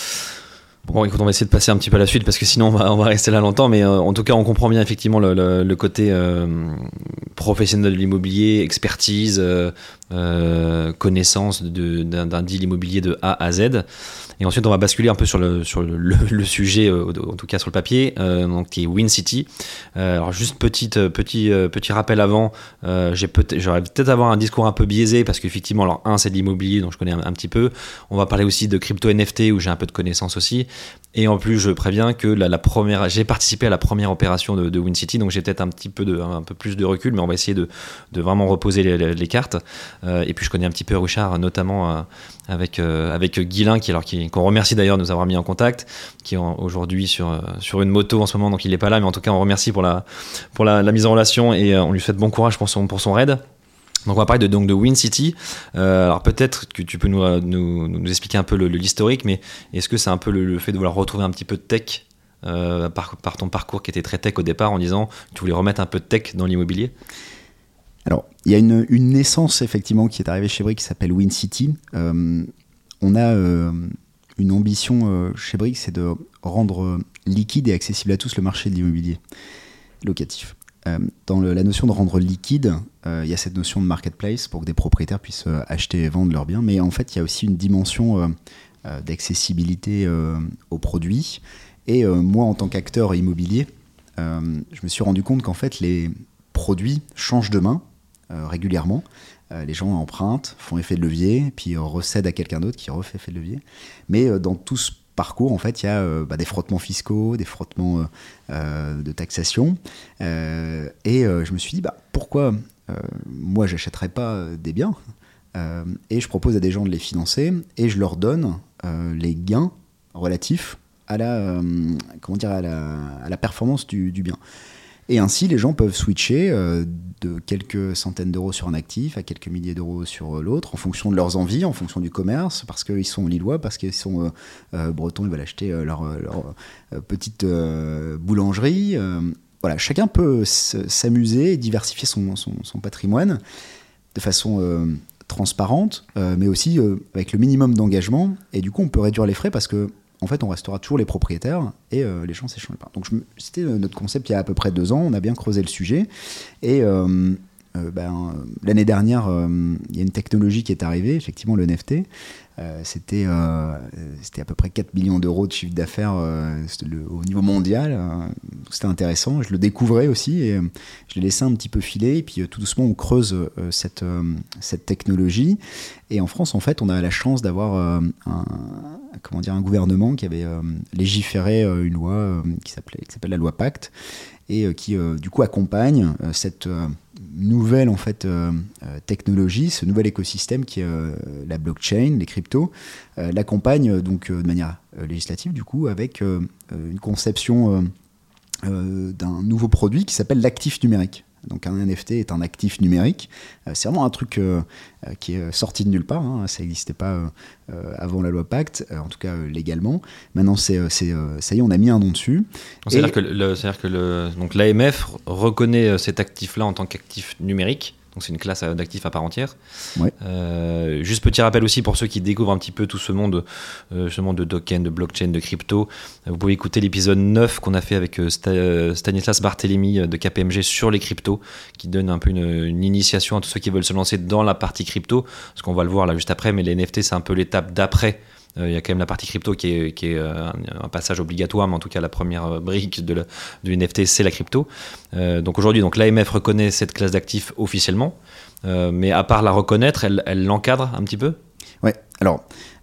Bon, écoute, on va essayer de passer un petit peu à la suite parce que sinon on va, on va rester là longtemps, mais euh, en tout cas on comprend bien effectivement le, le, le côté euh, professionnel de l'immobilier, expertise, euh, euh, connaissance de, d'un, d'un deal immobilier de A à Z. Et ensuite on va basculer un peu sur le, sur le, le, le sujet, euh, en tout cas sur le papier, euh, donc, qui est WinCity. Euh, alors juste petite, petit, euh, petit rappel avant, euh, j'ai peut-être, j'aurais peut-être avoir un discours un peu biaisé parce qu'effectivement, alors un c'est de l'immobilier donc je connais un, un petit peu, on va parler aussi de crypto N F T où j'ai un peu de connaissances aussi. Et en plus, je préviens que la, la première, j'ai participé à la première opération de, de WinCity, donc j'ai peut-être un petit peu de, un peu plus de recul, mais on va essayer de, de vraiment reposer les, les, les cartes. Euh, et puis je connais un petit peu Richard, notamment euh, avec euh, avec Guilain, qui alors qui qu'on remercie d'ailleurs de nous avoir mis en contact, qui est en, aujourd'hui sur euh, sur une moto en ce moment, donc il n'est pas là, mais en tout cas on remercie pour la pour la, la mise en relation et euh, on lui souhaite bon courage pour son pour son raid. Donc on va parler de, donc de WinCity. Euh, alors peut-être que tu peux nous, nous, nous expliquer un peu le, le, l'historique, mais est-ce que c'est un peu le, le fait de vouloir retrouver un petit peu de tech euh, par, par ton parcours qui était très tech au départ en disant que tu voulais remettre un peu de tech dans l'immobilier ? Alors il y a une, une naissance effectivement qui est arrivée chez Brick qui s'appelle WinCity. Euh, on a euh, une ambition euh, chez Brick, c'est de rendre liquide et accessible à tous le marché de l'immobilier locatif. Euh, dans le, la notion de rendre liquide, euh, il y a cette notion de marketplace pour que des propriétaires puissent euh, acheter et vendre leurs biens, mais en fait il y a aussi une dimension euh, euh, d'accessibilité euh, aux produits. Et euh, moi en tant qu'acteur immobilier, euh, je me suis rendu compte qu'en fait les produits changent de main euh, régulièrement. Euh, les gens empruntent, font effet de levier, puis euh, recèdent à quelqu'un d'autre qui refait effet de levier. Mais euh, dans tout ce parcours, en fait, il y a euh, bah, des frottements fiscaux, des frottements euh, euh, de taxation. Euh, et euh, je me suis dit, bah, pourquoi euh, moi, j'achèterais pas euh, des biens euh, et je propose à des gens de les financer et je leur donne euh, les gains relatifs à la, euh, comment dire, à la, à la performance du, du bien. Et ainsi, les gens peuvent switcher euh, de quelques centaines d'euros sur un actif à quelques milliers d'euros sur l'autre, en fonction de leurs envies, en fonction du commerce, parce qu'ils sont lillois, parce qu'ils sont euh, euh, bretons, ils veulent acheter euh, leur, leur euh, petite euh, boulangerie. Euh, voilà, chacun peut s- s'amuser et diversifier son, son, son patrimoine de façon euh, transparente, euh, mais aussi euh, avec le minimum d'engagement. Et du coup, on peut réduire les frais parce que en fait, on restera toujours les propriétaires et euh, les gens s'échangent pas. Donc, je me, c'était notre concept il y a à peu près deux ans. On a bien creusé le sujet. Et euh, euh, ben, l'année dernière, euh, il y a une technologie qui est arrivée, effectivement, le N F T. Euh, c'était, euh, c'était à peu près quatre millions d'euros de chiffre d'affaires euh, le, au niveau mondial. Euh, c'était intéressant. Je le découvrais aussi et euh, je l'ai laissé un petit peu filer. Et puis, euh, tout doucement, on creuse euh, cette, euh, cette technologie. Et en France, en fait, on a la chance d'avoir euh, un, comment dire, un gouvernement qui avait euh, légiféré euh, une loi euh, qui, s'appelait, qui s'appelle la loi Pacte et euh, qui, euh, du coup, accompagne euh, cette euh, nouvelle en fait, euh, euh, technologie, ce nouvel écosystème qui est euh, la blockchain, les cryptos, euh, l'accompagne euh, donc euh, de manière euh, législative, du coup, avec euh, une conception euh, euh, d'un nouveau produit qui s'appelle l'actif numérique. Donc un N F T est un actif numérique. Euh, c'est vraiment un truc euh, euh, qui est sorti de nulle part. Hein. Ça n'existait pas euh, euh, avant la loi Pacte, euh, en tout cas euh, légalement. Maintenant, c'est, c'est, euh, ça y est, on a mis un nom dessus. Donc, c'est-à-dire que, le, c'est-à-dire que le, donc l'A M F reconnaît cet actif-là en tant qu'actif numérique. Donc c'est une classe d'actifs à part entière. Ouais. Euh, juste petit rappel aussi pour ceux qui découvrent un petit peu tout ce monde, euh, ce monde de token, de blockchain, de crypto. Vous pouvez écouter l'épisode neuf qu'on a fait avec Stanislas Barthélémy de K P M G sur les cryptos, qui donne un peu une, une initiation à tous ceux qui veulent se lancer dans la partie crypto. Parce qu'on va le voir là juste après, mais les N F T c'est un peu l'étape d'après. Il euh, y a quand même la partie crypto qui est, qui est euh, un, un passage obligatoire, mais en tout cas la première brique de, le, de N F T c'est la crypto. Euh, donc aujourd'hui, donc, l'A M F reconnaît cette classe d'actifs officiellement, euh, mais à part la reconnaître, elle, elle l'encadre un petit peu ? Ouais, alors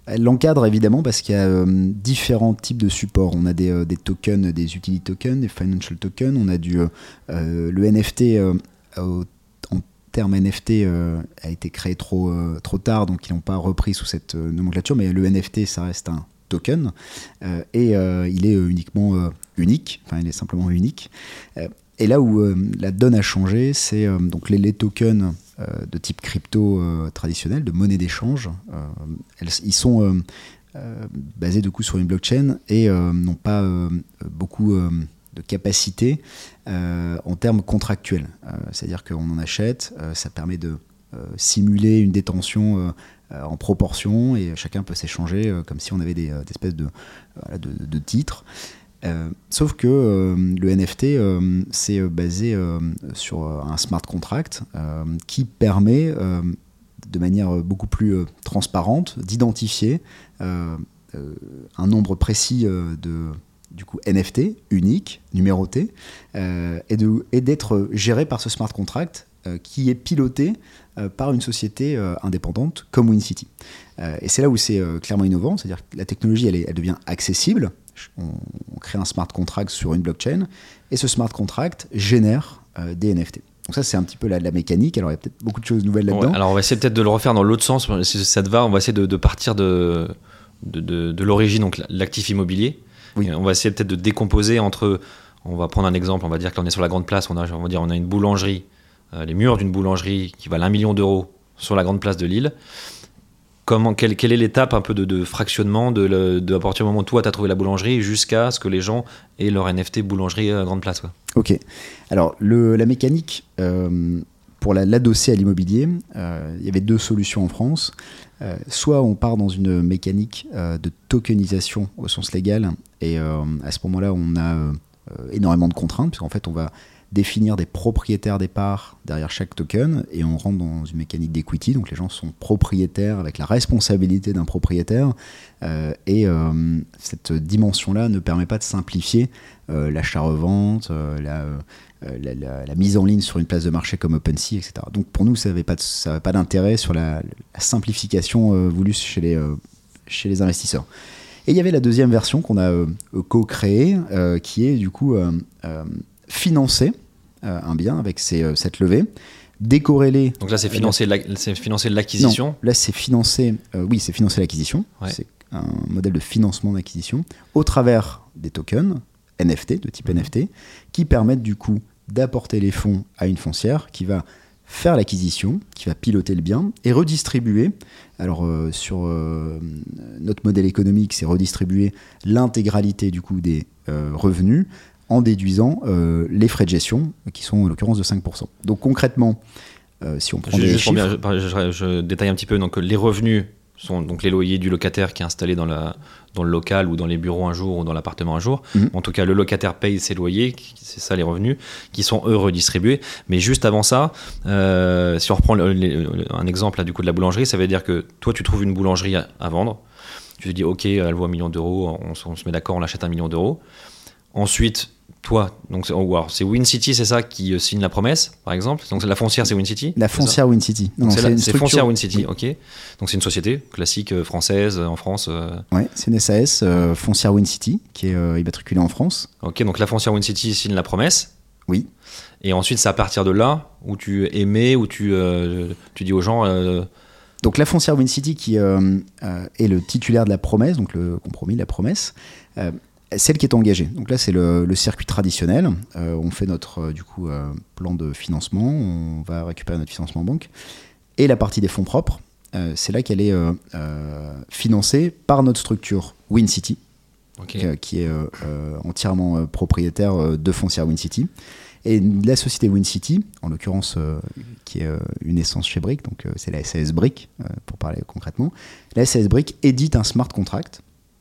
Elle l'encadre évidemment parce qu'il y a euh, différents types de supports. On a des, euh, des tokens, des utility tokens, des financial tokens. On a du euh, le N F T euh, au, en termes N F T euh, a été créé trop euh, trop tard, donc ils n'ont pas repris sous cette euh, nomenclature. Mais le N F T, ça reste un token euh, et euh, il est euh, uniquement euh, unique. Enfin, il est simplement unique. Euh, et là où euh, la donne a changé, c'est euh, donc les, les tokens euh, de type crypto euh, traditionnel, de monnaie d'échange. Euh, elles, ils sont euh, euh, basés du coup sur une blockchain et euh, n'ont pas euh, beaucoup euh, de capacité euh, en termes contractuels. Euh, c'est-à-dire qu'on en achète, euh, ça permet de euh, simuler une détention euh, euh, en proportion et chacun peut s'échanger euh, comme si on avait des, des espèces de, voilà, de, de titres. Euh, sauf que euh, le N F T, euh, c'est basé euh, sur un smart contract euh, qui permet, euh, de manière beaucoup plus euh, transparente, d'identifier euh, euh, un nombre précis euh, de du coup, N F T, unique, numéroté, euh, et, de, et d'être géré par ce smart contract euh, qui est piloté euh, par une société euh, indépendante comme WinCity. Euh, et c'est là où c'est euh, clairement innovant, c'est-à-dire que la technologie, elle, est, elle devient accessible. On, on crée un smart contract sur une blockchain et ce smart contract génère euh, des N F T. Donc ça, c'est un petit peu la, la mécanique. Alors, il y a peut-être beaucoup de choses nouvelles là-dedans. Ouais, alors, on va essayer peut-être de le refaire dans l'autre sens. Si ça te va, on va essayer de, de partir de, de, de, de l'origine, donc l'actif immobilier. Oui. On va essayer peut-être de décomposer entre... On va prendre un exemple, on va dire que là, on est sur la Grande Place, on a, on va dire, on a une boulangerie, euh, les murs d'une boulangerie qui valent un million d'euros sur la Grande Place de Lille. Comment, quelle, quelle est l'étape un peu de, de fractionnement de, de, de à partir du moment où toi tu as trouvé la boulangerie jusqu'à ce que les gens aient leur N F T boulangerie à Grande Place, quoi. Ok. Alors le, la mécanique euh, pour la, l'adosser à l'immobilier, euh, il y avait deux solutions en France. Euh, soit on part dans une mécanique euh, de tokenisation au sens légal et euh, à ce moment-là on a euh, énormément de contraintes puisqu'en fait on va définir des propriétaires des parts derrière chaque token et on rentre dans une mécanique d'equity, donc les gens sont propriétaires avec la responsabilité d'un propriétaire euh, et euh, cette dimension-là ne permet pas de simplifier euh, l'achat-revente, euh, la, euh, la, la, la mise en ligne sur une place de marché comme OpenSea, et cetera. Donc pour nous, ça n'avait pas, de, pas d'intérêt sur la, la simplification euh, voulue chez les, euh, chez les investisseurs. Et il y avait la deuxième version qu'on a euh, co-créée, euh, qui est du coup euh, euh, financer euh, un bien avec ces, euh, cette levée, décorréler. Donc là, c'est financer, la, c'est financer l'acquisition. Non, là, c'est financer. Euh, oui, c'est financer l'acquisition. Ouais. C'est un modèle de financement d'acquisition au travers des tokens N F T de type mmh. N F T qui permettent du coup d'apporter les fonds à une foncière qui va faire l'acquisition, qui va piloter le bien et redistribuer. Alors euh, sur euh, notre modèle économique, c'est redistribuer l'intégralité du coup des euh, revenus en déduisant euh, les frais de gestion qui sont en l'occurrence de cinq pour cent. Donc concrètement, euh, si on prend je, des je chiffres... Bien, je, je, je détaille un petit peu. Donc les revenus sont donc les loyers du locataire qui est installé dans, la, dans le local ou dans les bureaux un jour ou dans l'appartement un jour. Mmh. En tout cas, le locataire paye ses loyers, c'est ça les revenus, qui sont eux redistribués. Mais juste avant ça, euh, si on reprend le, le, un exemple là, du coup de la boulangerie, ça veut dire que toi tu trouves une boulangerie à, à vendre, tu te dis ok, elle vaut un million d'euros, on, on se met d'accord, on l'achète un million d'euros. Ensuite, toi, donc c'est, oh, c'est WinCity, c'est ça qui euh, signe la promesse, par exemple. Donc la foncière, c'est WinCity. La foncière WinCity. Non, c'est, c'est, la, une c'est structure... foncière WinCity, ok. Donc c'est une société classique euh, française euh, en France. Euh... Ouais, c'est une S A S euh, foncière WinCity qui est euh, immatriculée en France. Ok, donc la foncière WinCity signe la promesse. Oui. Et ensuite, c'est à partir de là où tu émets, où tu euh, tu dis aux gens. Euh... Donc la foncière WinCity qui euh, euh, est le titulaire de la promesse, donc le compromis, la promesse. Euh, Celle qui est engagée. Donc là, c'est le, le circuit traditionnel. Euh, on fait notre euh, du coup euh, plan de financement. On va récupérer notre financement en banque. Et la partie des fonds propres, euh, c'est là qu'elle est euh, euh, financée par notre structure WinCity, okay. euh, qui est euh, euh, entièrement euh, propriétaire euh, de foncière WinCity. Et la société WinCity, en l'occurrence, euh, qui est euh, une essence chez Brick, donc euh, c'est la S A S Brick, euh, pour parler concrètement. La S A S Brick édite un smart contract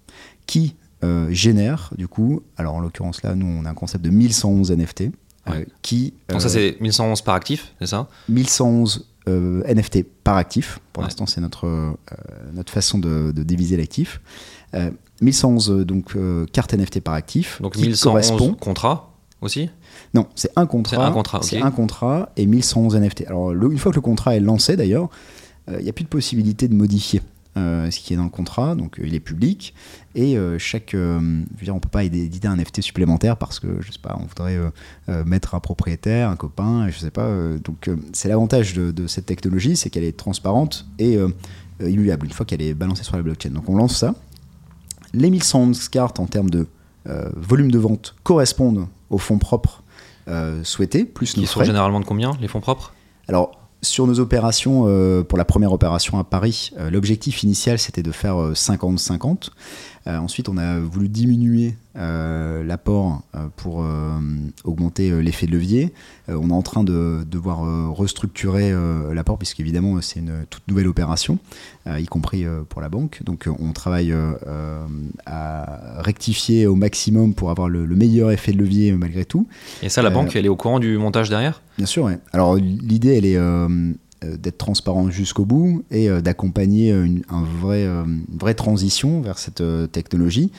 qui Euh, génère du coup, alors en l'occurrence là nous on a un concept de mille cent onze N F T euh, ouais. qui donc euh, ça c'est mille cent onze par actif, c'est ça mille cent onze euh, N F T par actif pour ouais. l'instant c'est notre, euh, notre façon de, de diviser l'actif euh, mille cent onze donc euh, cartes N F T par actif donc qui mille cent onze correspond... contrats aussi non c'est un contrat c'est un contrat, okay. c'est un contrat et mille cent onze N F T alors le, une fois que le contrat est lancé d'ailleurs il euh, n'y a plus de possibilité de modifier euh, ce qui est dans le contrat, donc euh, il est public, et euh, chaque, euh, je veux dire, on peut pas éditer un N F T supplémentaire parce que, je sais pas, on voudrait euh, euh, mettre un propriétaire, un copain, je sais pas, euh, donc euh, c'est l'avantage de, de cette technologie, c'est qu'elle est transparente et euh, euh, immuable, une fois qu'elle est balancée sur la blockchain. Donc on lance ça. Les mille cent onze cartes en termes de euh, volume de vente correspondent aux fonds propres euh, souhaités, plus nos Qui sont frais. généralement de combien, les fonds propres ? Alors, sur nos opérations, euh, pour la première opération à Paris, euh, l'objectif initial, c'était de faire euh, cinquante cinquante. Euh, ensuite, on a voulu diminuer euh, l'apport euh, pour euh, augmenter euh, l'effet de levier. Euh, on est en train de devoir euh, restructurer euh, l'apport, puisqu'évidemment, c'est une toute nouvelle opération, euh, y compris euh, pour la banque. Donc, euh, on travaille euh, euh, à rectifier au maximum pour avoir le, le meilleur effet de levier euh, malgré tout. Et ça, la Euh, banque, elle est au courant du montage derrière ? Bien sûr, ouais. Alors l'idée, elle est euh, euh, d'être transparent jusqu'au bout et euh, d'accompagner une, un vrai, euh, une vraie transition vers cette euh, technologie.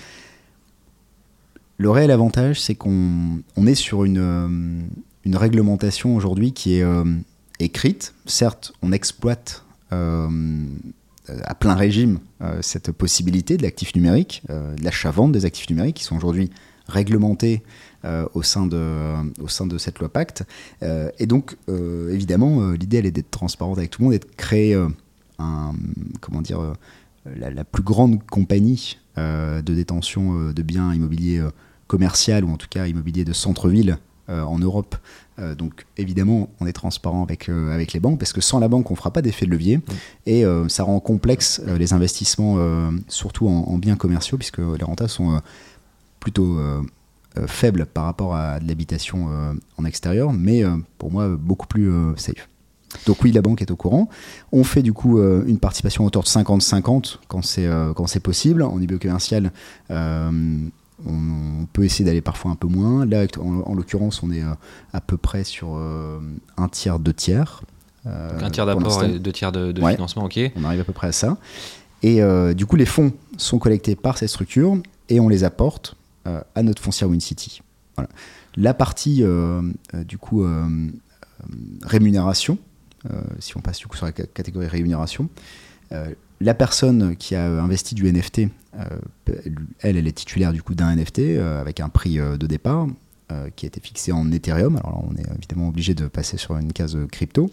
Le réel avantage, c'est qu'on on est sur une, euh, une réglementation aujourd'hui qui est euh, écrite. Certes, on exploite euh, à plein régime euh, cette possibilité de l'actif numérique, euh, de l'achat-vente des actifs numériques qui sont aujourd'hui réglementés Euh, au, sein de, euh, au sein de cette loi Pacte. Euh, et donc, euh, évidemment, euh, l'idée, elle est d'être transparente avec tout le monde et de créer euh, un, comment dire, euh, la, la plus grande compagnie euh, de détention euh, de biens immobiliers euh, commercial, ou en tout cas immobilier de centre-ville euh, en Europe. Euh, donc, évidemment, on est transparent avec, euh, avec les banques, parce que sans la banque, on ne fera pas d'effet de levier. Mmh. Et euh, ça rend complexe euh, les investissements, euh, surtout en, en biens commerciaux, puisque les rentas sont euh, plutôt... Euh, Euh, faible par rapport à de l'habitation euh, en extérieur, mais euh, pour moi beaucoup plus euh, safe. Donc oui, la banque est au courant. On fait du coup euh, une participation à hauteur de cinquante cinquante quand c'est, euh, quand c'est possible. En immobilier commercial, euh, on, on peut essayer d'aller parfois un peu moins. Là, en, en l'occurrence, on est euh, à peu près sur euh, un tiers, deux tiers. Euh, Donc un tiers d'apport et deux tiers de, de ouais, financement, ok. On arrive à peu près à ça. Et euh, du coup, les fonds sont collectés par cette structure et on les apporte Euh, à notre foncière WinCity. Voilà. La partie euh, euh, du coup euh, euh, rémunération, euh, si on passe du coup sur la c- catégorie rémunération, euh, la personne qui a investi du N F T, euh, elle, elle est titulaire du coup d'un N F T euh, avec un prix euh, de départ euh, qui a été fixé en Ethereum. Alors là, on est évidemment obligé de passer sur une case crypto.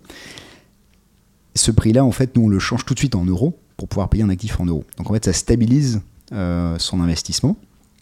Ce prix-là, en fait, nous on le change tout de suite en euros pour pouvoir payer un actif en euros. Donc en fait, ça stabilise euh, son investissement.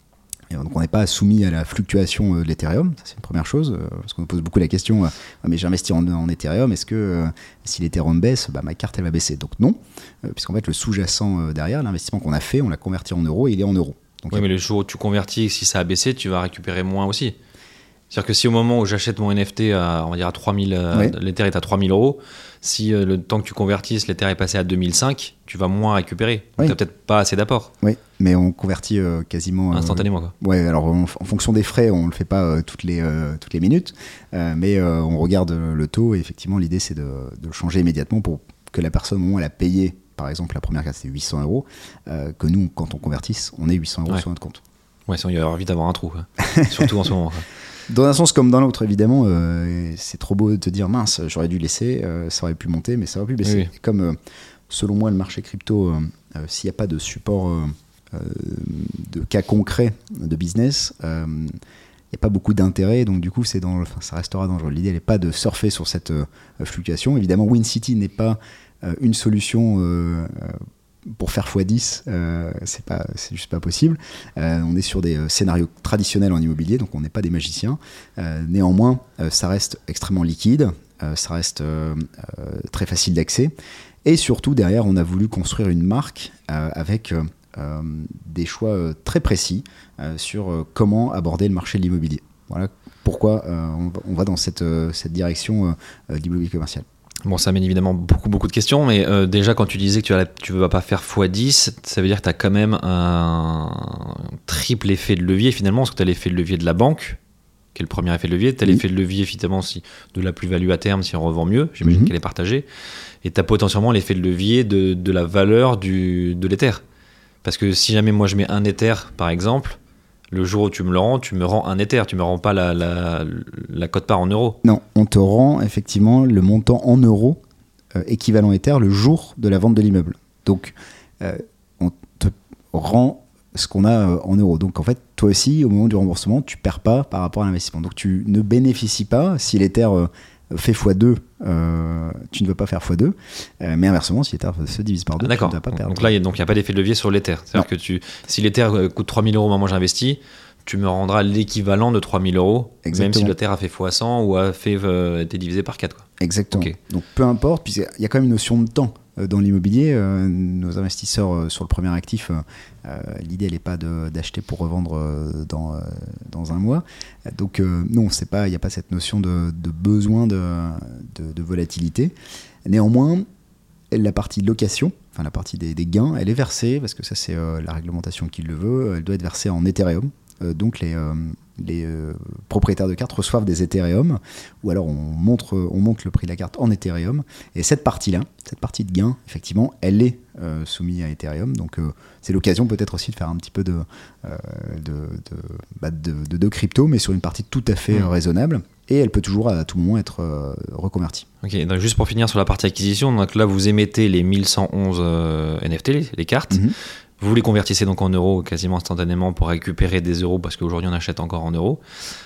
Et donc on n'est pas soumis à la fluctuation de l'Ethereum, ça c'est une première chose, parce qu'on nous pose beaucoup la question, euh, mais j'ai investi en, en Ethereum, est-ce que euh, si l'Ethereum baisse, bah, ma carte elle va baisser? Donc non, euh, puisqu'en fait le sous-jacent euh, derrière, l'investissement qu'on a fait, on l'a converti en euros et il est en euros. Donc, oui, euh, mais le jour où tu convertis, si ça a baissé, tu vas récupérer moins aussi. C'est-à-dire que si au moment où j'achète mon N F T à, on va dire à trois mille, oui. l'Ether est à trois mille euros, si euh, le temps que tu convertisses, l'Ether est passé à deux mille cinq, tu vas moins récupérer. Donc oui. Tu n'as peut-être pas assez d'apport. Oui, mais on convertit euh, quasiment... Euh, instantanément, quoi. Ouais, alors en, en fonction des frais, on ne le fait pas euh, toutes, les, euh, toutes les minutes, euh, mais euh, on regarde le taux et effectivement, l'idée, c'est de, de le changer immédiatement pour que la personne, au moment où elle a payé, par exemple, la première carte, c'était huit cents euros, euh, que nous, quand on convertisse, on ait huit cents euros ouais. sur notre compte. Ouais, sinon il va y avoir vite d'avoir un trou, surtout en ce moment. Quoi. Dans un sens comme dans l'autre, évidemment, euh, c'est trop beau de te dire mince, j'aurais dû laisser, euh, ça aurait pu monter, mais ça aurait pu baisser. Oui. Et comme, euh, selon moi, le marché crypto, euh, euh, s'il n'y a pas de support, euh, euh, de cas concrets de business, il euh, n'y a pas beaucoup d'intérêt, donc du coup, c'est dans, enfin, ça restera dangereux. L'idée, elle n'est pas de surfer sur cette euh, fluctuation. Évidemment, WinCity n'est pas euh, une solution euh, pour faire fois dix, euh, c'est pas, c'est juste pas possible. Euh, on est sur des euh, scénarios traditionnels en immobilier, donc on n'est pas des magiciens. Euh, néanmoins, euh, ça reste extrêmement liquide, euh, ça reste euh, euh, très facile d'accès. Et surtout, derrière, on a voulu construire une marque euh, avec euh, euh, des choix euh, très précis euh, sur euh, comment aborder le marché de l'immobilier. Voilà pourquoi euh, on, va, on va dans cette, euh, cette direction euh, de l'immobilier commercial. Bon, ça mène évidemment beaucoup, beaucoup de questions, mais euh, déjà, quand tu disais que tu ne vas pas faire fois dix, ça veut dire que tu as quand même un triple effet de levier, finalement, parce que tu as l'effet de levier de la banque, qui est le premier effet de levier, tu as oui. l'effet de levier, finalement, si, de la plus-value à terme, si on revend mieux, j'imagine mm-hmm. qu'elle est partagée, et tu as potentiellement l'effet de levier de, de la valeur du, de l'Ether. Parce que si jamais moi je mets un Ether, par exemple, le jour où tu me le rends, tu me rends un Ether, tu me rends pas la, la, la cote-part en euros. Non, on te rend effectivement le montant en euros euh, équivalent Ether le jour de la vente de l'immeuble. Donc euh, on te rend ce qu'on a euh, en euros. Donc en fait, toi aussi, au moment du remboursement, tu perds pas par rapport à l'investissement. Donc tu ne bénéficies pas, si l'Ether euh, fait fois deux, euh, tu ne vas pas faire fois deux, euh, mais inversement, si l'Ether se divise par deux, Ah, d'accord. tu ne vas pas perdre. Donc là, il n'y a pas d'effet de levier sur l'Ether. C'est-à-dire Non. que tu, si l'Ether coûte trois mille euros au moment où j'investis, tu me rendras l'équivalent de trois mille euros, Exactement. même si l'Ether a fait fois cent ou a fait, euh, été divisé par quatre. Quoi. Exactement. Ok. Donc peu importe, puis il y a quand même une notion de temps euh, dans l'immobilier. Euh, nos investisseurs euh, sur le premier actif, euh, euh, l'idée elle n'est pas de, d'acheter pour revendre euh, dans, euh, dans un mois. Donc euh, non, c'est pas, il n'y a pas cette notion de, de besoin de, de, de volatilité. Néanmoins, la partie location, enfin la partie des, des gains, elle est versée, parce que ça c'est euh, la réglementation qui le veut, elle doit être versée en Ethereum. Euh, donc les, euh, les euh, propriétaires de cartes reçoivent des Ethereum, ou alors on, montre, on monte le prix de la carte en Ethereum, et cette partie-là, cette partie de gain, effectivement, elle est euh, soumise à Ethereum, donc euh, c'est l'occasion peut-être aussi de faire un petit peu de, euh, de, de, bah, de, de, de crypto, mais sur une partie tout à fait mmh. euh, raisonnable, et elle peut toujours à tout moment être euh, reconvertie. Ok, donc juste pour finir sur la partie acquisition, donc là vous émettez les mille cent onze euh, N F T, les, les cartes, Mm-hmm. vous les convertissez donc en euros quasiment instantanément pour récupérer des euros parce qu'aujourd'hui on achète encore en euros.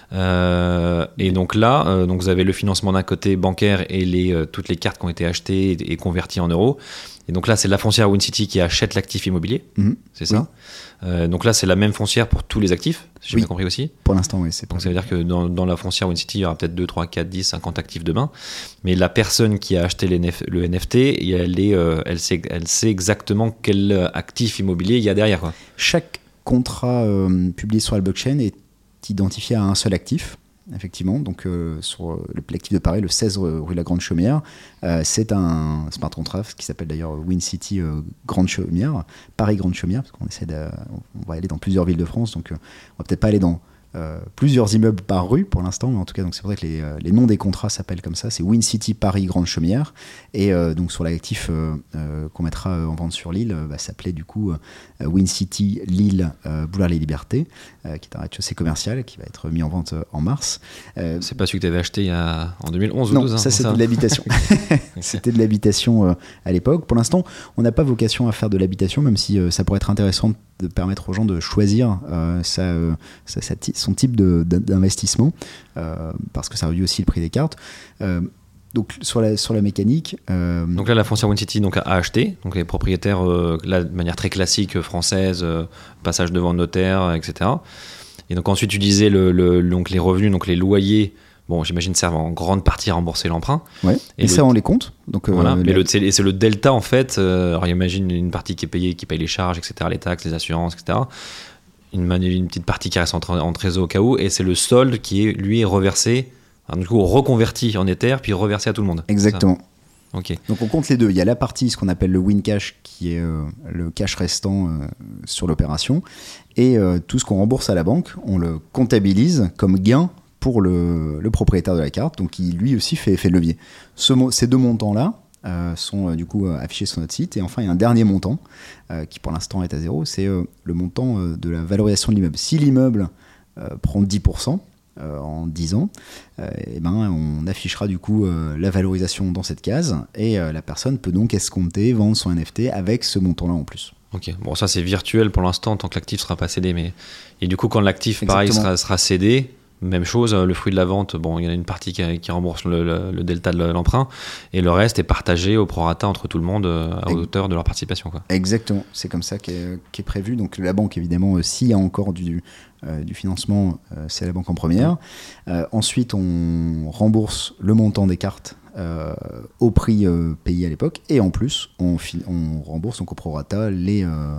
Euh, et donc là, euh, donc vous avez le financement d'un côté bancaire et les, euh, toutes les cartes qui ont été achetées et, et converties en euros. Et donc là, c'est la foncière WinCity qui achète l'actif immobilier, Mmh. c'est ça. Oui. Euh, donc là, c'est la même foncière pour tous les actifs, si j'ai Oui. bien compris aussi. Pour l'instant, oui. C'est Donc pas... ça veut dire que dans, dans la foncière WinCity, il y aura peut-être deux, trois, quatre, dix, cinquante actifs demain. Mais la personne qui a acheté l'N F, le N F T, elle, est, euh, elle, sait, elle sait exactement quel actif immobilier il y a derrière, quoi. Chaque contrat euh, publié sur la blockchain est identifié à un seul actif, effectivement. Donc, euh, sur le, l'actif de Paris, le seize rue La Grande Chaumière, euh, c'est un smart contract qui s'appelle d'ailleurs WinCity euh, Grande Chaumière, Paris Grande Chaumière, parce qu'on essaie de, on va aller dans plusieurs villes de France, donc euh, on va peut-être pas aller dans Euh, plusieurs immeubles par rue pour l'instant, mais en tout cas donc c'est pour ça que les, euh, les noms des contrats s'appellent comme ça. C'est WinCity Paris Grande Chaumière, et euh, donc sur l'actif euh, euh, qu'on mettra euh, en vente sur l'île, euh, va s'appeler du coup euh, WinCity Lille euh, Boulevard Les Libertés, euh, qui est un rez-de-chaussée commercial qui va être mis en vente euh, en mars. Euh, C'est pas celui que tu avais acheté il y a, en deux mille onze non, ou douze, hein, ça c'était ça. de l'habitation. C'était de l'habitation euh, à l'époque. Pour l'instant, on n'a pas vocation à faire de l'habitation, même si euh, ça pourrait être intéressant de permettre aux gens de choisir euh, sa, euh, sa, sa, son type de, d'investissement, euh, parce que ça réduit aussi le prix des cartes. Euh, donc sur la, sur la mécanique... Euh, donc là, la foncière WinCity donc, a acheté, donc les propriétaires, euh, là, de manière très classique, française, euh, passage devant le notaire, et cetera. Et donc ensuite, tu disais le, le, donc, les revenus, donc les loyers, bon, j'imagine servent en grande partie à rembourser l'emprunt. Ouais. Et, et ça, le, on les compte. Donc, voilà. Euh, mais la... le, c'est, c'est le delta, en fait. Euh, alors, imagine une partie qui est payée, qui paye les charges, et cetera, les taxes, les assurances, et cetera. Une, une petite partie qui reste en, en trésor au cas où. Et c'est le solde qui, est, lui, est reversé, alors, du coup, reconverti en Ether, puis reversé à tout le monde. Exactement. Okay. Donc on compte les deux. Il y a la partie, ce qu'on appelle le win cash, qui est euh, le cash restant euh, sur l'opération, et euh, tout ce qu'on rembourse à la banque, on le comptabilise comme gain pour le, le propriétaire de la carte, donc qui lui aussi fait effet de levier. Ce, ces deux montants-là euh, sont euh, du coup euh, affichés sur notre site. Et enfin, il y a un dernier montant euh, qui pour l'instant est à zéro, c'est euh, le montant euh, de la valorisation de l'immeuble. Si l'immeuble euh, prend dix pour cent, Euh, en dix ans, euh, et ben, on affichera du coup euh, la valorisation dans cette case, et euh, la personne peut donc escompter, vendre son N F T avec ce montant-là en plus. Ok, bon ça c'est virtuel pour l'instant tant que l'actif ne sera pas cédé, mais et du coup quand l'actif pareil sera, sera cédé, même chose, le fruit de la vente, bon il y en a une partie qui, qui rembourse le, le, le delta de l'emprunt, et le reste est partagé au prorata entre tout le monde à hauteur de leur participation, quoi. Exactement, c'est comme ça qu'est, qu'est prévu. Donc la banque évidemment, euh, s'il y a encore du Euh, du financement, euh, c'est la banque en première. Euh, ensuite, on rembourse le montant des cartes euh, au prix euh, payé à l'époque, et en plus, on, fi- on rembourse donc au prorata les, euh,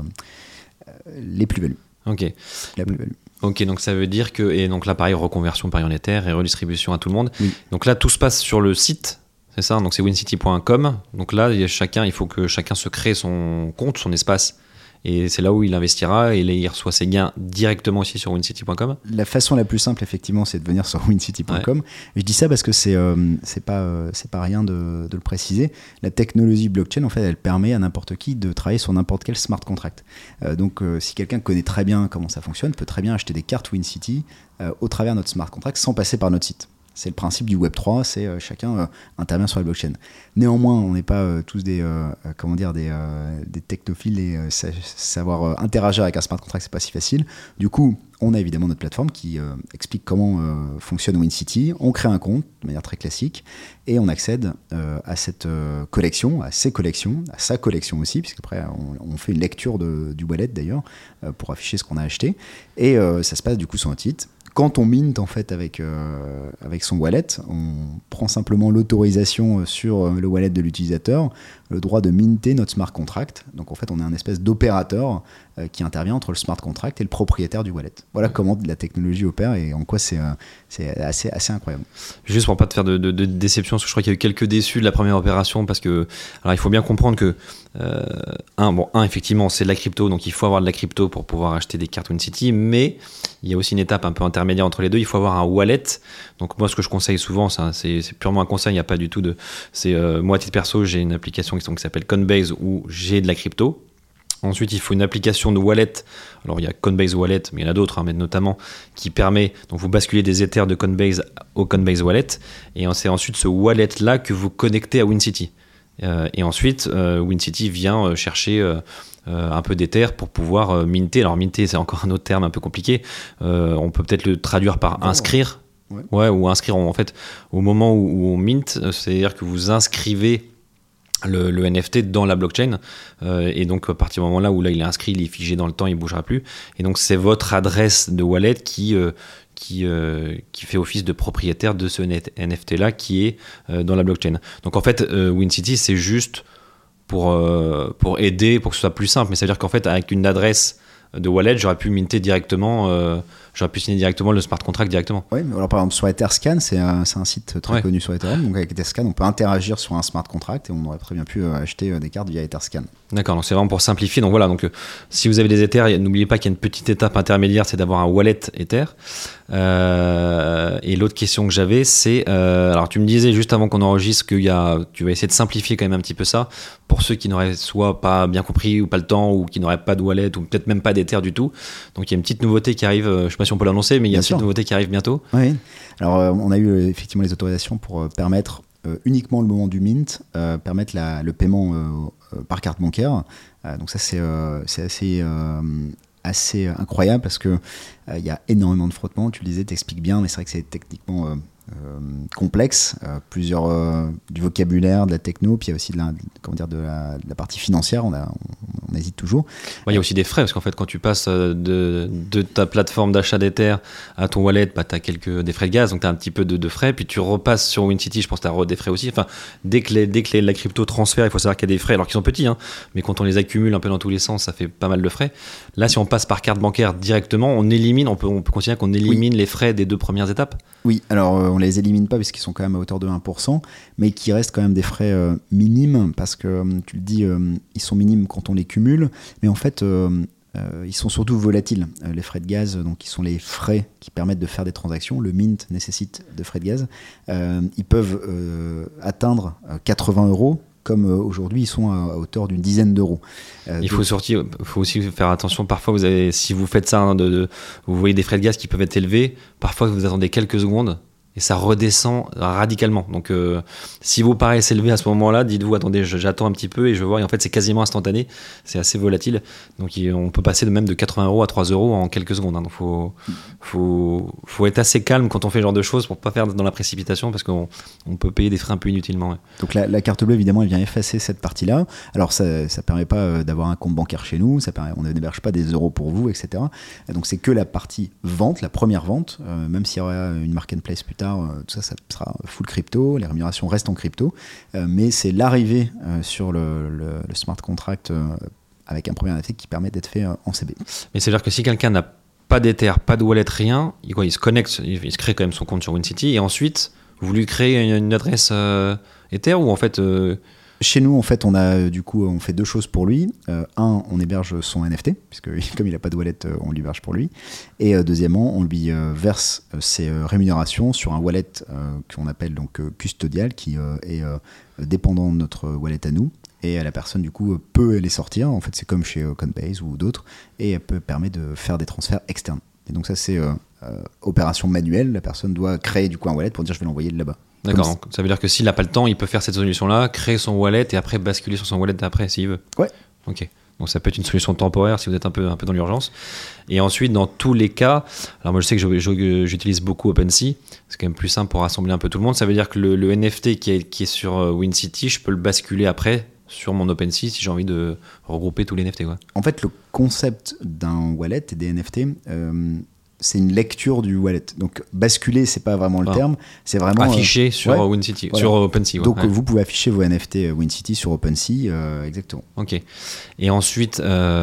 les plus-values. Ok. La plus-value. Ok, donc ça veut dire que, et donc là pareil, reconversion pareil en Ether et redistribution à tout le monde. Oui. Donc là, tout se passe sur le site, c'est ça, donc c'est wincity point com. Donc là, il y a chacun, il faut que chacun se crée son compte, son espace. Et c'est là où il investira, et là, il reçoit ses gains directement aussi sur wincity point com. La façon la plus simple, effectivement, c'est de venir sur wincity point com. Ouais. Je dis ça parce que c'est, euh, c'est, pas, euh, c'est pas rien de, de le préciser. La technologie blockchain, en fait, elle permet à n'importe qui de travailler sur n'importe quel smart contract. Euh, donc, euh, si quelqu'un connaît très bien comment ça fonctionne, peut très bien acheter des cartes WinCity euh, au travers de notre smart contract sans passer par notre site. C'est le principe du web trois, c'est euh, chacun euh, intervient sur la blockchain. Néanmoins, on n'est pas euh, tous des, euh, comment dire, des, euh, des technophiles et euh, sa- savoir euh, interagir avec un smart contract, c'est pas si facile. Du coup, on a évidemment notre plateforme qui euh, explique comment euh, fonctionne WinCity. On crée un compte de manière très classique et on accède euh, à cette euh, collection, à ces collections, à sa collection aussi, puisqu'après on, on fait une lecture de, du wallet d'ailleurs euh, pour afficher ce qu'on a acheté. Et euh, ça se passe du coup sur notre site. Quand on mint en fait avec, euh, avec son wallet, on prend simplement l'autorisation sur le wallet de l'utilisateur, le droit de minter notre smart contract. Donc en fait, on est un espèce d'opérateur euh, qui intervient entre le smart contract et le propriétaire du wallet. Voilà ouais. comment la technologie opère et en quoi c'est, euh, c'est assez, assez incroyable. Juste pour pas te faire de, de, de déception, parce que je crois qu'il y a eu quelques déçus de la première opération, parce que alors il faut bien comprendre que euh, un, bon, un effectivement c'est de la crypto, donc il faut avoir de la crypto pour pouvoir acheter des cartes WinCity, mais il y a aussi une étape un peu intermédiaire entre les deux. Il faut avoir un wallet. Donc moi, ce que je conseille souvent, c'est, c'est, c'est purement un conseil. Il n'y a pas du tout de. C'est euh, moi, à titre perso, j'ai une application qui, qui s'appelle Coinbase où j'ai de la crypto. Ensuite, il faut une application de wallet. Alors, il y a Coinbase Wallet, mais il y en a d'autres, hein, mais notamment qui permet. Donc, vous basculez des Ethers de Coinbase au Coinbase Wallet, et c'est ensuite ce wallet-là que vous connectez à WinCity. Euh, et ensuite, euh, WinCity vient euh, chercher. Euh, Euh, un peu d'Ether pour pouvoir euh, minter. Alors minter, c'est encore un autre terme un peu compliqué. Euh, on peut peut-être le traduire par oh, inscrire. Ouais. ouais, ou inscrire en fait au moment où, où on mint, c'est-à-dire que vous inscrivez le, le N F T dans la blockchain euh, et donc à partir du moment là où là il est inscrit, il est figé dans le temps, il bougera plus. Et donc c'est votre adresse de wallet qui euh, qui, euh, qui fait office de propriétaire de ce N F T là qui est euh, dans la blockchain. Donc en fait, euh, WinCity c'est juste Pour, euh, pour aider, pour que ce soit plus simple. Mais ça veut dire qu'en fait, avec une adresse de wallet, j'aurais pu minter directement, euh, j'aurais pu signer directement le smart contract directement. Oui, mais alors par exemple sur Etherscan, c'est un, c'est un site très ouais. connu sur Ethereum. Donc avec Etherscan, on peut interagir sur un smart contract et on aurait très bien pu euh, acheter euh, des cartes via Etherscan. D'accord, donc c'est vraiment pour simplifier. Donc voilà, donc euh, si vous avez des Ethers, n'oubliez pas qu'il y a une petite étape intermédiaire, c'est d'avoir un wallet Ether. Euh, et l'autre question que j'avais, c'est, euh, alors tu me disais juste avant qu'on enregistre que y a, tu vas essayer de simplifier quand même un petit peu ça pour ceux qui n'auraient soit pas bien compris ou pas le temps ou qui n'auraient pas de wallet ou peut-être même pas d'Ether du tout. Donc il y a une petite nouveauté qui arrive, je sais pas si on peut l'annoncer, mais il y a bien une sûr. petite nouveauté qui arrive bientôt. Oui, alors euh, on a eu euh, effectivement les autorisations pour euh, permettre euh, uniquement le moment du mint, euh, permettre la, le paiement euh, euh, par carte bancaire. Euh, donc ça c'est, euh, c'est assez... Euh, assez incroyable parce que il euh, y a énormément de frottements, tu le disais, t'expliques bien, mais c'est vrai que c'est techniquement euh, euh, complexe, euh, plusieurs euh, du vocabulaire, de la techno, puis il y a aussi de la, comment dire, de la, de la partie financière, on, a, on, on hésite toujours. Il ouais, y a aussi des frais, parce qu'en fait quand tu passes de, de ta plateforme d'achat d'Ether à ton wallet, bah, tu as quelques, des frais de gaz, donc tu as un petit peu de, de frais, puis tu repasses sur WinCity, je pense que tu as des frais aussi. Enfin, dès que, les, dès que les, la crypto transfère, il faut savoir qu'il y a des frais, alors qu'ils sont petits, hein, mais quand on les accumule un peu dans tous les sens, ça fait pas mal de frais. Là, si on passe par carte bancaire directement, on élimine, on peut, on peut considérer qu'on élimine oui. les frais des deux premières étapes. Oui, alors euh, on les élimine pas parce qu'ils sont quand même à hauteur de un pour cent, mais qui restent quand même des frais euh, minimes parce que euh, tu le dis, euh, ils sont minimes quand on les cumule, mais en fait euh, euh, ils sont surtout volatiles. Euh, les frais de gaz, donc qui sont les frais qui permettent de faire des transactions, le mint nécessite de frais de gaz, euh, ils peuvent euh, atteindre quatre-vingts euros. Comme euh, aujourd'hui, ils sont à, à hauteur d'une dizaine d'euros. Euh, Il faut, donc... sortir, faut aussi faire attention. Parfois, vous avez, si vous faites ça, hein, de, de, vous voyez des frais de gaz qui peuvent être élevés. Parfois, vous attendez quelques secondes et ça redescend radicalement. Donc, euh, si vous paraissez élevé à ce moment-là, dites-vous, attendez, je, j'attends un petit peu et je vais voir. Et en fait, c'est quasiment instantané. C'est assez volatile. Donc, on peut passer de même de quatre-vingts euros à trois euros en quelques secondes. Hein. Donc, faut, faut, faut être assez calme quand on fait ce genre de choses pour pas faire dans la précipitation parce qu'on on peut payer des frais un peu inutilement. Ouais. Donc, la, la carte bleue, évidemment, elle vient effacer cette partie-là. Alors, ça, ça permet pas d'avoir un compte bancaire chez nous. Ça permet, on n'héberge pas des euros pour vous, et cetera. Donc, c'est que la partie vente, la première vente, euh, même s'il y aura une marketplace plus tard. Tout ça, ça sera full crypto, les rémunérations restent en crypto, euh, mais c'est l'arrivée euh, sur le, le, le smart contract euh, avec un premier N F T qui permet d'être fait euh, en C B. Mais c'est-à-dire que si quelqu'un n'a pas d'Ether, pas de wallet, rien, il, quoi, il se connecte, il, il se crée quand même son compte sur WinCity et ensuite vous lui créez une, une adresse euh, Ether ou en fait... Euh, Chez nous, en fait, on a du coup, on fait deux choses pour lui. Euh, un, on héberge son N F T, puisque comme il n'a pas de wallet, on l'héberge pour lui. Et euh, deuxièmement, on lui euh, verse euh, ses euh, rémunérations sur un wallet euh, qu'on appelle donc euh, custodial, qui euh, est euh, dépendant de notre wallet à nous. Et la personne, du coup, peut les sortir. En fait, c'est comme chez euh, Coinbase ou d'autres, et elle peut permettre de faire des transferts externes. Et donc ça, c'est euh, euh, opération manuelle. La personne doit créer du coup un wallet pour dire je vais l'envoyer de là-bas. D'accord, Comme donc ça veut dire que s'il n'a pas le temps, il peut faire cette solution-là, créer son wallet et après basculer sur son wallet d'après s'il veut. Ouais. Ok. Donc ça peut être une solution temporaire si vous êtes un peu, un peu dans l'urgence. Et ensuite, dans tous les cas, alors moi je sais que je, je, j'utilise beaucoup OpenSea, c'est quand même plus simple pour rassembler un peu tout le monde. Ça veut dire que le, le N F T qui est, qui est sur WinCity, je peux le basculer après sur mon OpenSea si j'ai envie de regrouper tous les N F T, quoi. En fait, le concept d'un wallet et des N F T, euh, c'est une lecture du wallet. Donc basculer, c'est pas vraiment le Ah. terme, c'est vraiment Affiché euh, sur ouais, WinCity, voilà. sur OpenSea. Ouais. Donc Ouais. vous pouvez afficher vos N F T WinCity sur OpenSea, euh, exactement. Ok. Et ensuite,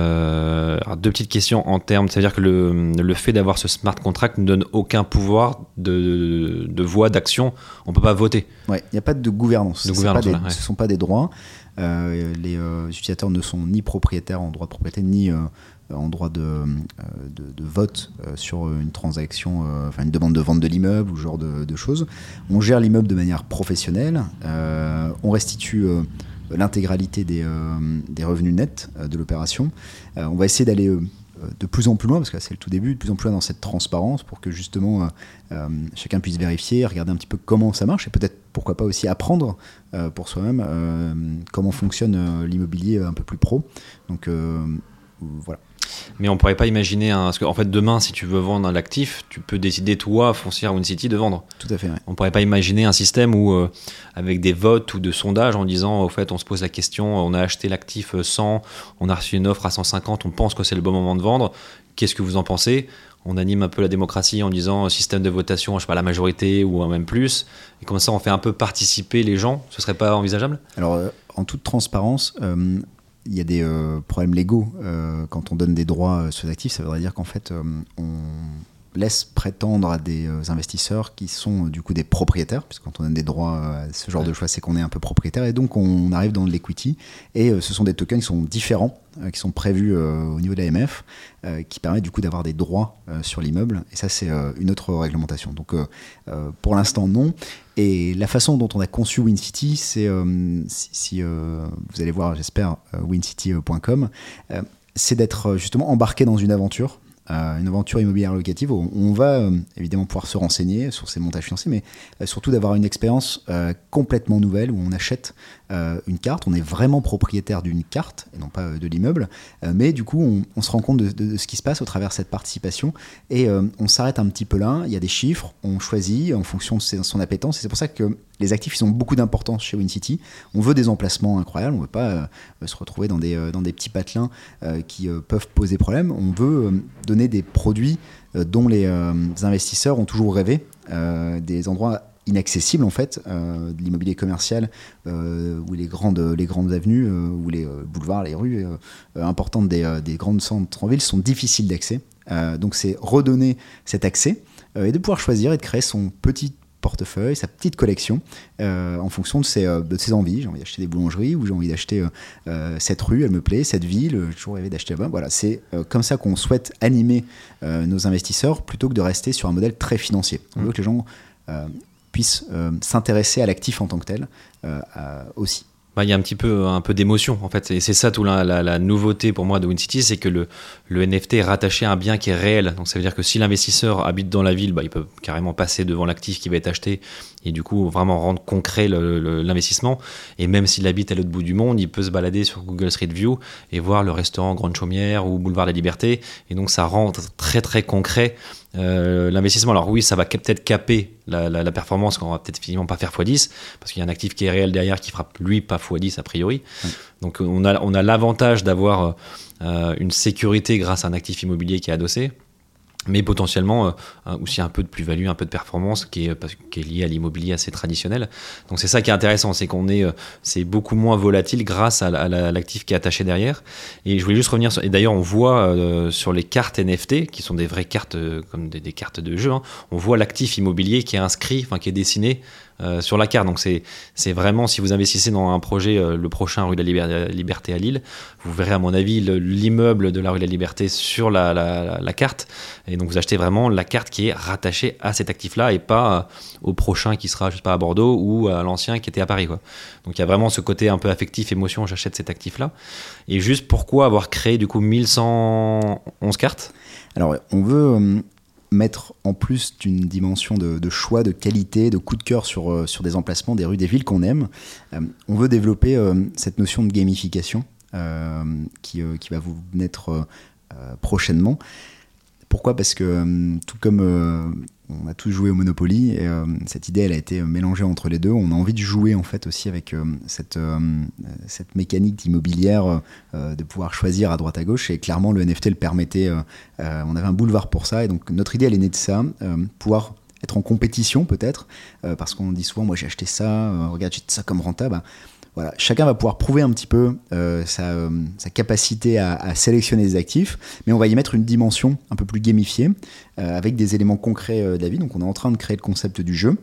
euh, alors deux petites questions en termes. C'est-à-dire que le, le fait d'avoir ce smart contract ne donne aucun pouvoir de, de voix, d'action. On ne peut pas voter. Ouais, il n'y a pas de gouvernance. De C'est gouvernance, pas des- voilà, ouais. Ce ne sont pas des droits. Euh, les euh, utilisateurs ne sont ni propriétaires en droit de propriété, ni euh, en droit de, euh, de, de vote euh, sur une transaction, euh, enfin une demande de vente de l'immeuble ou ce genre de, de choses. On gère l'immeuble de manière professionnelle. Euh, on restitue euh, l'intégralité des, euh, des revenus nets euh, de l'opération. Euh, on va essayer d'aller euh, de plus en plus loin, parce que là, c'est le tout début, de plus en plus loin dans cette transparence pour que justement euh, euh, chacun puisse vérifier, regarder un petit peu comment ça marche et peut-être pourquoi pas aussi apprendre euh, pour soi-même euh, comment fonctionne euh, l'immobilier un peu plus pro. Donc euh, voilà. Mais on ne pourrait pas imaginer un. Parce qu'en fait, demain, si tu veux vendre un actif, tu peux décider, toi, foncière WinCity, de vendre. Tout à fait, ouais. On ne pourrait pas imaginer un système où, euh, avec des votes ou de sondages en disant, au fait, on se pose la question, on a acheté l'actif cent, on a reçu une offre à cent cinquante, on pense que c'est le bon moment de vendre. Qu'est-ce que vous en pensez ? On anime un peu la démocratie en disant système de votation, je sais pas, la majorité ou même plus. Et comme ça, on fait un peu participer les gens. Ce serait pas envisageable ? Alors, euh, en toute transparence, euh, il y a des euh, problèmes légaux euh, quand on donne des droits euh, sur les actifs. Ça voudrait dire qu'en fait, euh, on laisse prétendre à des euh, investisseurs qui sont euh, du coup des propriétaires, puisque quand on donne des droits euh, à ce genre Ouais. de choix, c'est qu'on est un peu propriétaire, et donc on arrive dans l'equity, et euh, ce sont des tokens qui sont différents, euh, qui sont prévus euh, au niveau de l'A M F, euh, qui permettent du coup d'avoir des droits euh, sur l'immeuble, et ça c'est euh, une autre réglementation. Donc euh, euh, pour l'instant non. Et la façon dont on a conçu WinCity, c'est, euh, si, si euh, vous allez voir, j'espère, euh, wincity point com, euh, c'est d'être euh, justement embarqué dans une aventure, euh, une aventure immobilière locative où on va euh, évidemment pouvoir se renseigner sur ces montages financiers, mais euh, surtout d'avoir une expérience euh, complètement nouvelle où on achète euh, une carte, on est vraiment propriétaire d'une carte et non pas euh, de l'immeuble, euh, mais du coup on, on se rend compte de, de, de ce qui se passe au travers de cette participation et euh, on s'arrête un petit peu là, il y a des chiffres, on choisit en fonction de ses, son appétence, et c'est pour ça que les actifs ils ont beaucoup d'importance chez WinCity. On veut des emplacements incroyables, on ne veut pas euh, se retrouver dans des, euh, dans des petits patelins euh, qui euh, peuvent poser problème, on veut euh, donner des produits euh, dont les euh, investisseurs ont toujours rêvé, euh, des endroits inaccessibles en fait, euh, de l'immobilier commercial euh, où les grandes, les grandes avenues euh, ou les euh, boulevards, les rues euh, importantes des, euh, des grandes centres-villes sont difficiles d'accès. Euh, donc c'est redonner cet accès euh, et de pouvoir choisir et de créer son petit portefeuille, sa petite collection euh, en fonction de ses, euh, de ses envies. J'ai envie d'acheter des boulangeries ou j'ai envie d'acheter euh, cette rue, elle me plaît, cette ville, j'ai toujours rêvé d'acheter là-bas. Voilà, c'est euh, comme ça qu'on souhaite animer euh, nos investisseurs plutôt que de rester sur un modèle très financier. On veut que les gens euh, puissent euh, s'intéresser à l'actif en tant que tel euh, à, aussi. Bah, il y a un petit peu, un peu d'émotion en fait, et c'est ça tout la, la, la nouveauté pour moi de WinCity, c'est que le, le N F T est rattaché à un bien qui est réel. Donc ça veut dire que si l'investisseur habite dans la ville, bah, il peut carrément passer devant l'actif qui va être acheté et du coup vraiment rendre concret le, le, l'investissement. Et même s'il habite à l'autre bout du monde, il peut se balader sur Google Street View et voir le restaurant Grande Chaumière ou Boulevard de la Liberté, et donc ça rend très très concret Euh, l'investissement. Alors oui, ça va peut-être caper la, la, la performance quand on va peut-être finalement pas faire fois dix parce qu'il y a un actif qui est réel derrière qui fera lui pas fois dix a priori. Ouais. Donc on a, on a l'avantage d'avoir euh, une sécurité grâce à un actif immobilier qui est adossé, mais potentiellement euh, aussi un peu de plus-value, un peu de performance qui est, qui est lié à l'immobilier assez traditionnel. Donc c'est ça qui est intéressant, c'est qu'on est, c'est beaucoup moins volatile grâce à, à, à l'actif qui est attaché derrière. Et je voulais juste revenir sur, et d'ailleurs on voit euh, sur les cartes N F T, qui sont des vraies cartes, euh, comme des, des cartes de jeu, hein, on voit l'actif immobilier qui est inscrit, enfin qui est dessiné Euh, sur la carte. Donc c'est, c'est vraiment, si vous investissez dans un projet, euh, le prochain rue de la Liberté à Lille, vous verrez à mon avis le, l'immeuble de la rue de la Liberté sur la, la, la carte, et donc vous achetez vraiment la carte qui est rattachée à cet actif-là et pas euh, au prochain qui sera, je sais pas, à Bordeaux ou à l'ancien qui était à Paris, quoi. Donc il y a vraiment ce côté un peu affectif, émotion, j'achète cet actif-là. Et juste pourquoi avoir créé du coup mille cent onze cartes ? Alors on veut... Euh mettre en plus d'une dimension de, de choix, de qualité, de coup de cœur sur, euh, sur des emplacements, des rues, des villes qu'on aime. Euh, on veut développer euh, cette notion de gamification euh, qui, euh, qui va vous naître euh, prochainement. Pourquoi ? Parce que euh, tout comme euh, on a tous joué au Monopoly, et, euh, cette idée elle a été mélangée entre les deux. On a envie de jouer en fait aussi avec euh, cette, euh, cette mécanique immobilière euh, de pouvoir choisir à droite à gauche, et clairement le N F T le permettait. Euh, euh, on avait un boulevard pour ça, et donc notre idée elle est née de ça, euh, pouvoir être en compétition peut-être, euh, parce qu'on dit souvent moi j'ai acheté ça, euh, regarde j'ai ça comme rentable. Bah, voilà, chacun va pouvoir prouver un petit peu euh, sa, euh, sa capacité à, à sélectionner des actifs, mais on va y mettre une dimension un peu plus gamifiée, euh, avec des éléments concrets euh, de la vie. Donc on est en train de créer le concept du jeu.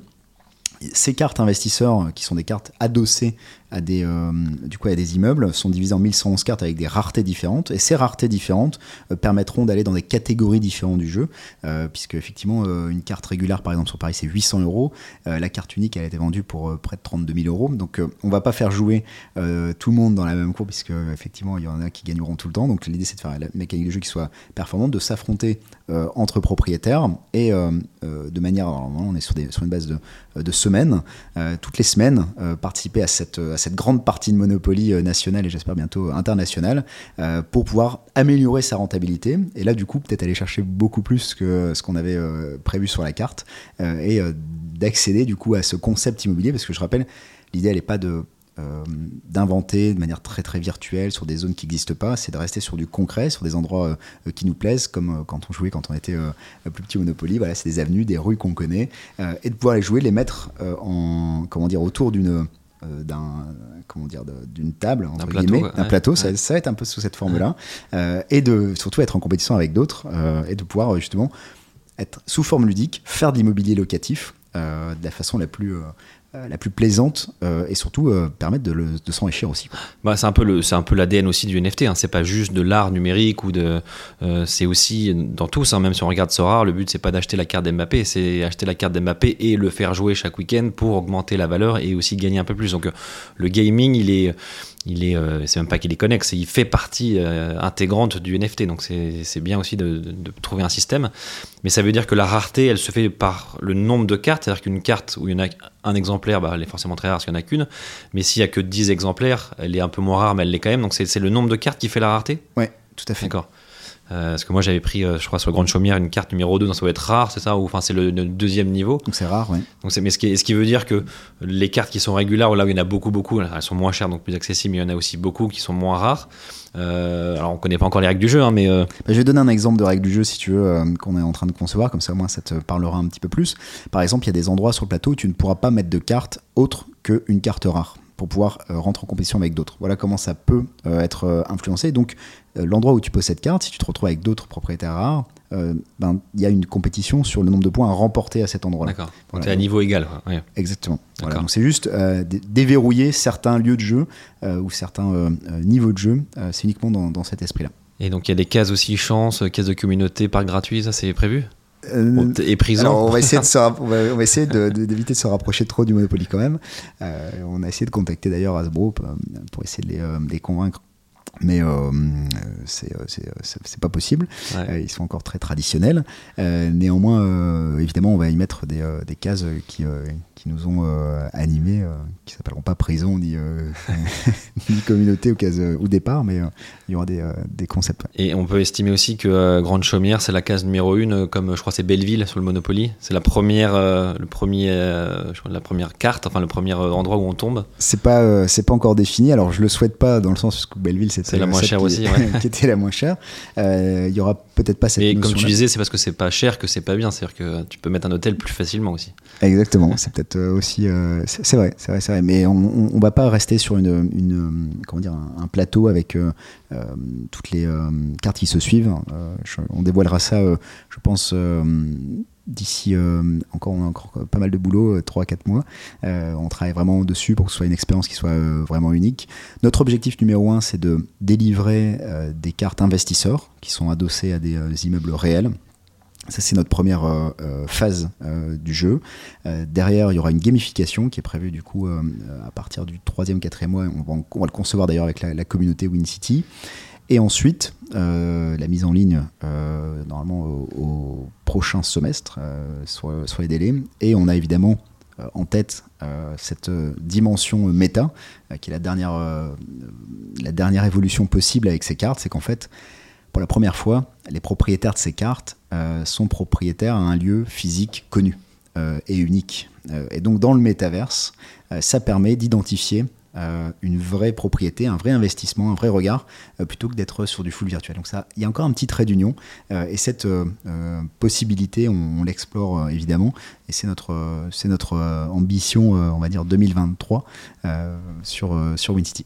Ces cartes investisseurs, qui sont des cartes adossées à des, euh, du coup, à des immeubles, sont divisées en mille cent onze cartes avec des raretés différentes. Et ces raretés différentes euh, permettront d'aller dans des catégories différentes du jeu, euh, puisque effectivement, euh, une carte régulière, par exemple sur Paris, c'est huit cents euros. Euh, la carte unique, elle a été vendue pour euh, près de trente-deux mille euros. Donc, euh, on va pas faire jouer euh, tout le monde dans la même cour, puisque effectivement, il y en a qui gagneront tout le temps. Donc, l'idée, c'est de faire la mécanique de jeu qui soit performante, de s'affronter euh, entre propriétaires et euh, euh, de manière, alors, on est sur, des, sur une base de, de semaines, euh, toutes les semaines, euh, participer à cette à cette grande partie de Monopoly euh, nationale et j'espère bientôt internationale, euh, pour pouvoir améliorer sa rentabilité, et là du coup peut-être aller chercher beaucoup plus que ce qu'on avait euh, prévu sur la carte, euh, et euh, d'accéder du coup à ce concept immobilier, parce que je rappelle, l'idée elle n'est pas de Euh, d'inventer de manière très très virtuelle sur des zones qui n'existent pas, c'est de rester sur du concret, sur des endroits euh, qui nous plaisent, comme euh, quand on jouait quand on était euh, plus petit au Monopoly. Voilà, c'est des avenues, des rues qu'on connaît, euh, et de pouvoir les jouer, les mettre euh, en comment dire autour d'une euh, d'un comment dire de, d'une table entre un plateau, guillemets, ouais, d'un plateau, ouais. Ça, ça va être un peu sous cette forme-là, euh, et de surtout être en compétition avec d'autres, euh, et de pouvoir justement être sous forme ludique, faire de l'immobilier locatif euh, de la façon la plus euh, la plus plaisante, euh, et surtout euh, permettre de, le, de s'enrichir aussi. Bah, c'est un peu le, c'est un peu l'A D N aussi du N F T, hein. C'est pas juste de l'art numérique ou de, euh, c'est aussi dans tous, hein. Même si on regarde Sora, le but c'est pas d'acheter la carte d'Mbappé, c'est acheter la carte d'Mbappé et le faire jouer chaque week-end pour augmenter la valeur et aussi gagner un peu plus. Donc euh, le gaming, il est il est, euh, c'est même pas qu'il est connexe, il fait partie euh, intégrante du N F T, donc c'est, c'est bien aussi de, de, de trouver un système. Mais ça veut dire que la rareté, elle se fait par le nombre de cartes, c'est-à-dire qu'une carte où il y en a un exemplaire, bah, elle est forcément très rare parce qu'il n'y en a qu'une, mais s'il n'y a que dix exemplaires, elle est un peu moins rare, mais elle l'est quand même, donc c'est, c'est le nombre de cartes qui fait la rareté ? Ouais, tout à fait. D'accord. Euh, parce que moi j'avais pris, euh, je crois, sur Grande Chaumière, une carte numéro deux, donc ça doit être rare, c'est ça, ou enfin c'est le, le deuxième niveau. Donc c'est rare, oui. Donc c'est, mais ce qui, ce qui veut dire que les cartes qui sont régulières, là où il y en a beaucoup, beaucoup, elles sont moins chères, donc plus accessibles, mais il y en a aussi beaucoup qui sont moins rares. Euh, alors on connaît pas encore les règles du jeu, hein, mais euh... bah, je vais donner un exemple de règle du jeu si tu veux, euh, qu'on est en train de concevoir, comme ça au moins ça te parlera un petit peu plus. Par exemple, il y a des endroits sur le plateau où tu ne pourras pas mettre de carte autre qu'une carte rare pour pouvoir euh, rentrer en compétition avec d'autres. Voilà comment ça peut euh, être euh, influencé. Donc euh, l'endroit où tu poses cette carte, si tu te retrouves avec d'autres propriétaires rares, euh, ben, y a une compétition sur le nombre de points à remporter à cet endroit-là. D'accord. Donc voilà. t'es à niveau égal. Ouais. Exactement. Voilà. Donc c'est juste euh, dé- déverrouiller certains lieux de jeu euh, ou certains euh, euh, niveaux de jeu. Euh, c'est uniquement dans, dans cet esprit-là. Et donc il y a des cases aussi chance, cases de communauté, parc gratuit, ça c'est prévu ? Euh, Et prison. Alors, on va essayer, de se rapp- on va, on va essayer de, de, d'éviter de se rapprocher trop du Monopoly quand même. Euh, on a essayé de contacter d'ailleurs Hasbro pour, pour essayer de les, euh, de les convaincre. Mais euh, c'est, c'est, c'est, c'est pas possible. Ouais. Euh, ils sont encore très traditionnels. Euh, néanmoins, euh, évidemment, on va y mettre des, euh, des cases qui, euh, qui nous ont euh, animés, euh, qui s'appelleront pas prison ni, euh, ni communauté ou, case, ou départ, mais euh, il y aura des, euh, des concepts. Ouais. Et on peut estimer aussi que euh, Grande Chaumière, c'est la case numéro une, euh, comme je crois c'est Belleville sur le Monopoly. C'est la première, euh, le premier, euh, je crois, la première carte, enfin le premier endroit où on tombe. C'est pas, euh, c'est pas encore défini. Alors je le souhaite pas dans le sens que Belleville c'était c'est la moins chère qui, aussi, ouais. qui était la moins chère. Il euh, y aura peut-être pas cette Et notion. comme tu disais, c'est parce que c'est pas cher que c'est pas bien. C'est-à-dire que tu peux mettre un hôtel plus facilement aussi. Exactement. C'est peut-être aussi, euh, c'est, c'est vrai, c'est vrai, c'est vrai. Mais on, on, on va pas rester sur une, une comment dire, un, un plateau avec euh, euh, toutes les euh, cartes qui se suivent. Euh, je, on dévoilera ça, euh, je pense. Euh, D'ici euh, encore, on a encore pas mal de boulot, trois à quatre mois. Euh, on travaille vraiment dessus pour que ce soit une expérience qui soit euh, vraiment unique. Notre objectif numéro un, c'est de délivrer euh, des cartes investisseurs qui sont adossées à des, euh, des immeubles réels. Ça, c'est notre première euh, euh, phase euh, du jeu. Euh, derrière, il y aura une gamification qui est prévue du coup euh, à partir du troisième, quatrième mois. On va, on va le concevoir d'ailleurs avec la, la communauté WinCity. Et ensuite, euh, la mise en ligne, euh, normalement au, au prochain semestre, euh, sur, sur les délais. Et on a évidemment euh, en tête euh, cette euh, dimension méta, euh, qui est la dernière, euh, la dernière évolution possible avec ces cartes. C'est qu'en fait, pour la première fois, les propriétaires de ces cartes euh, sont propriétaires à un lieu physique connu euh, et unique. Euh, et donc, dans le métaverse, euh, ça permet d'identifier Euh, une vraie propriété, un vrai investissement, un vrai regard, euh, plutôt que d'être sur du full virtuel. Donc ça, il y a encore un petit trait d'union, euh, et cette euh, euh, possibilité, on, on l'explore euh, évidemment, et c'est notre, euh, c'est notre euh, ambition, euh, on va dire deux mille vingt-trois, euh, sur, euh, sur WinCity.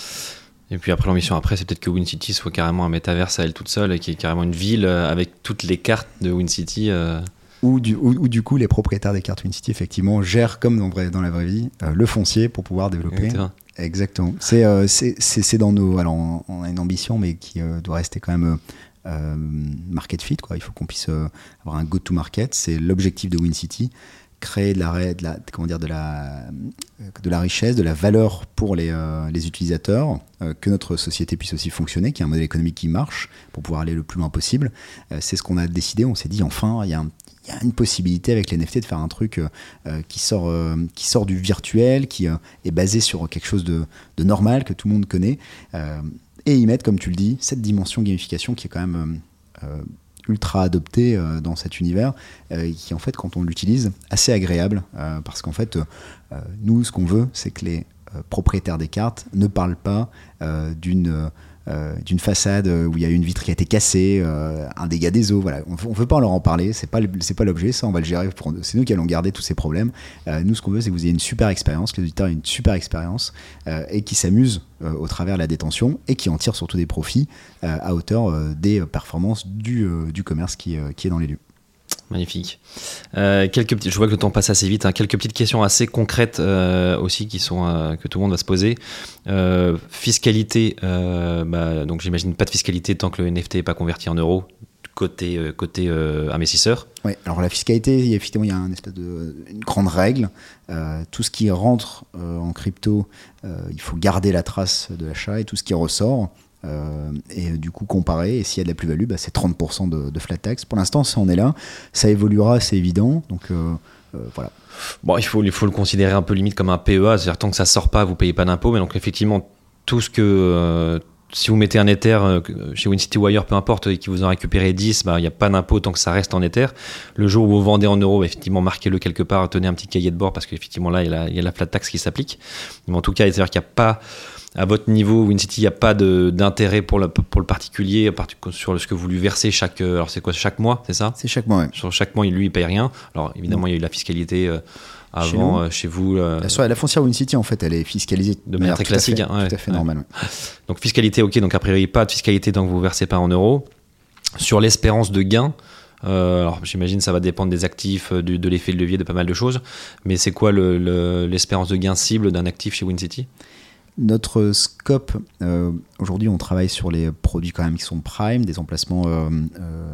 Et puis après, l'ambition après, c'est peut-être que WinCity soit carrément un métaverse à elle toute seule, et qui est carrément une ville euh, avec toutes les cartes de WinCity. Euh... Où du, où, où du coup les propriétaires des cartes WinCity effectivement gèrent comme dans, vrai, dans la vraie vie euh, le foncier pour pouvoir développer. Exactement. Exactement. C'est, euh, c'est, c'est, c'est dans nos. Alors on, on a une ambition mais qui euh, doit rester quand même euh, market fit, quoi. Il faut qu'on puisse euh, avoir un go-to-market. C'est l'objectif de WinCity, créer de la, de la, comment dire, de la, de la richesse, de la valeur pour les, euh, les utilisateurs, euh, que notre société puisse aussi fonctionner, qu'il y ait un modèle économique qui marche pour pouvoir aller le plus loin possible. Euh, c'est ce qu'on a décidé. On s'est dit enfin, il y a un Il y a une possibilité avec les N F T de faire un truc euh, qui, sort, euh, qui sort du virtuel, qui euh, est basé sur quelque chose de, de normal, que tout le monde connaît, euh, et y mettre, comme tu le dis, cette dimension gamification qui est quand même euh, ultra adoptée euh, dans cet univers, euh, qui en fait, quand on l'utilise, assez agréable, euh, parce qu'en fait, euh, nous, ce qu'on veut, c'est que les euh, propriétaires des cartes ne parlent pas euh, d'une... Euh, Euh, d'une façade où il y a une vitre qui a été cassée, euh, un dégât des eaux, voilà. On ne veut pas leur en parler, c'est pas, c'est pas l'objet, ça on va le gérer, pour, c'est nous qui allons garder tous ces problèmes. Euh, nous ce qu'on veut c'est que vous ayez une super expérience, que les auditeurs aient une super expérience euh, et qui s'amusent euh, au travers de la détention et qui en tirent surtout des profits euh, à hauteur euh, des performances du, euh, du commerce qui, euh, qui est dans les lieux. Magnifique. Euh, quelques petits, je vois que le temps passe assez vite. Hein. Quelques petites questions assez concrètes euh, aussi qui sont euh, que tout le monde va se poser. Euh, fiscalité, euh, bah, donc j'imagine pas de fiscalité tant que le N F T n'est pas converti en euros côté euh, côté euh, investisseur. Oui. Alors la fiscalité, il y a, effectivement, il y a un espèce de une grande règle. Euh, tout ce qui rentre euh, en crypto, euh, il faut garder la trace de l'achat, et tout ce qui ressort. Euh, et du coup comparer, et s'il y a de la plus-value, bah, c'est trente pour cent de, de flat tax. Pour l'instant ça en est là, ça évoluera, c'est évident, donc euh, euh, voilà. Bon, il faut, il faut le considérer un peu limite comme un P E A, c'est-à-dire tant que ça sort pas vous payez pas d'impôt, mais donc effectivement tout ce que euh, si vous mettez un Ether euh, chez WinCity ou ailleurs, peu importe, et que vous en récupérez dix, bah, il n'y a pas d'impôt tant que ça reste en Ether. Le jour où vous vendez en euros, bah, effectivement marquez-le quelque part, tenez un petit cahier de bord, parce qu'effectivement là il y a la, il y a la flat tax qui s'applique, mais en tout cas c'est-à-dire qu'il n'y a pas, à votre niveau, WinCity, il n'y a pas de, d'intérêt pour le, pour le particulier sur ce que vous lui versez chaque, alors c'est quoi, chaque mois, c'est ça ? C'est chaque mois, oui. Sur chaque mois, lui, il ne paye rien. Alors évidemment, non. Il y a eu la fiscalité euh, avant, chez, euh, chez vous. Euh, la, la foncière WinCity, en fait, elle est fiscalisée de manière très classique. Tout à fait, hein, ouais, tout à fait ouais. normal. Ouais. Donc fiscalité, ok, donc a priori, pas de fiscalité tant que vous ne versez pas en euros. Sur l'espérance de gain, Euh, alors j'imagine ça va dépendre des actifs, de, de l'effet de levier, de pas mal de choses, mais c'est quoi le, le, l'espérance de gain cible d'un actif chez WinCity ? Notre scope, euh, aujourd'hui on travaille sur les produits quand même qui sont prime, des emplacements euh, euh,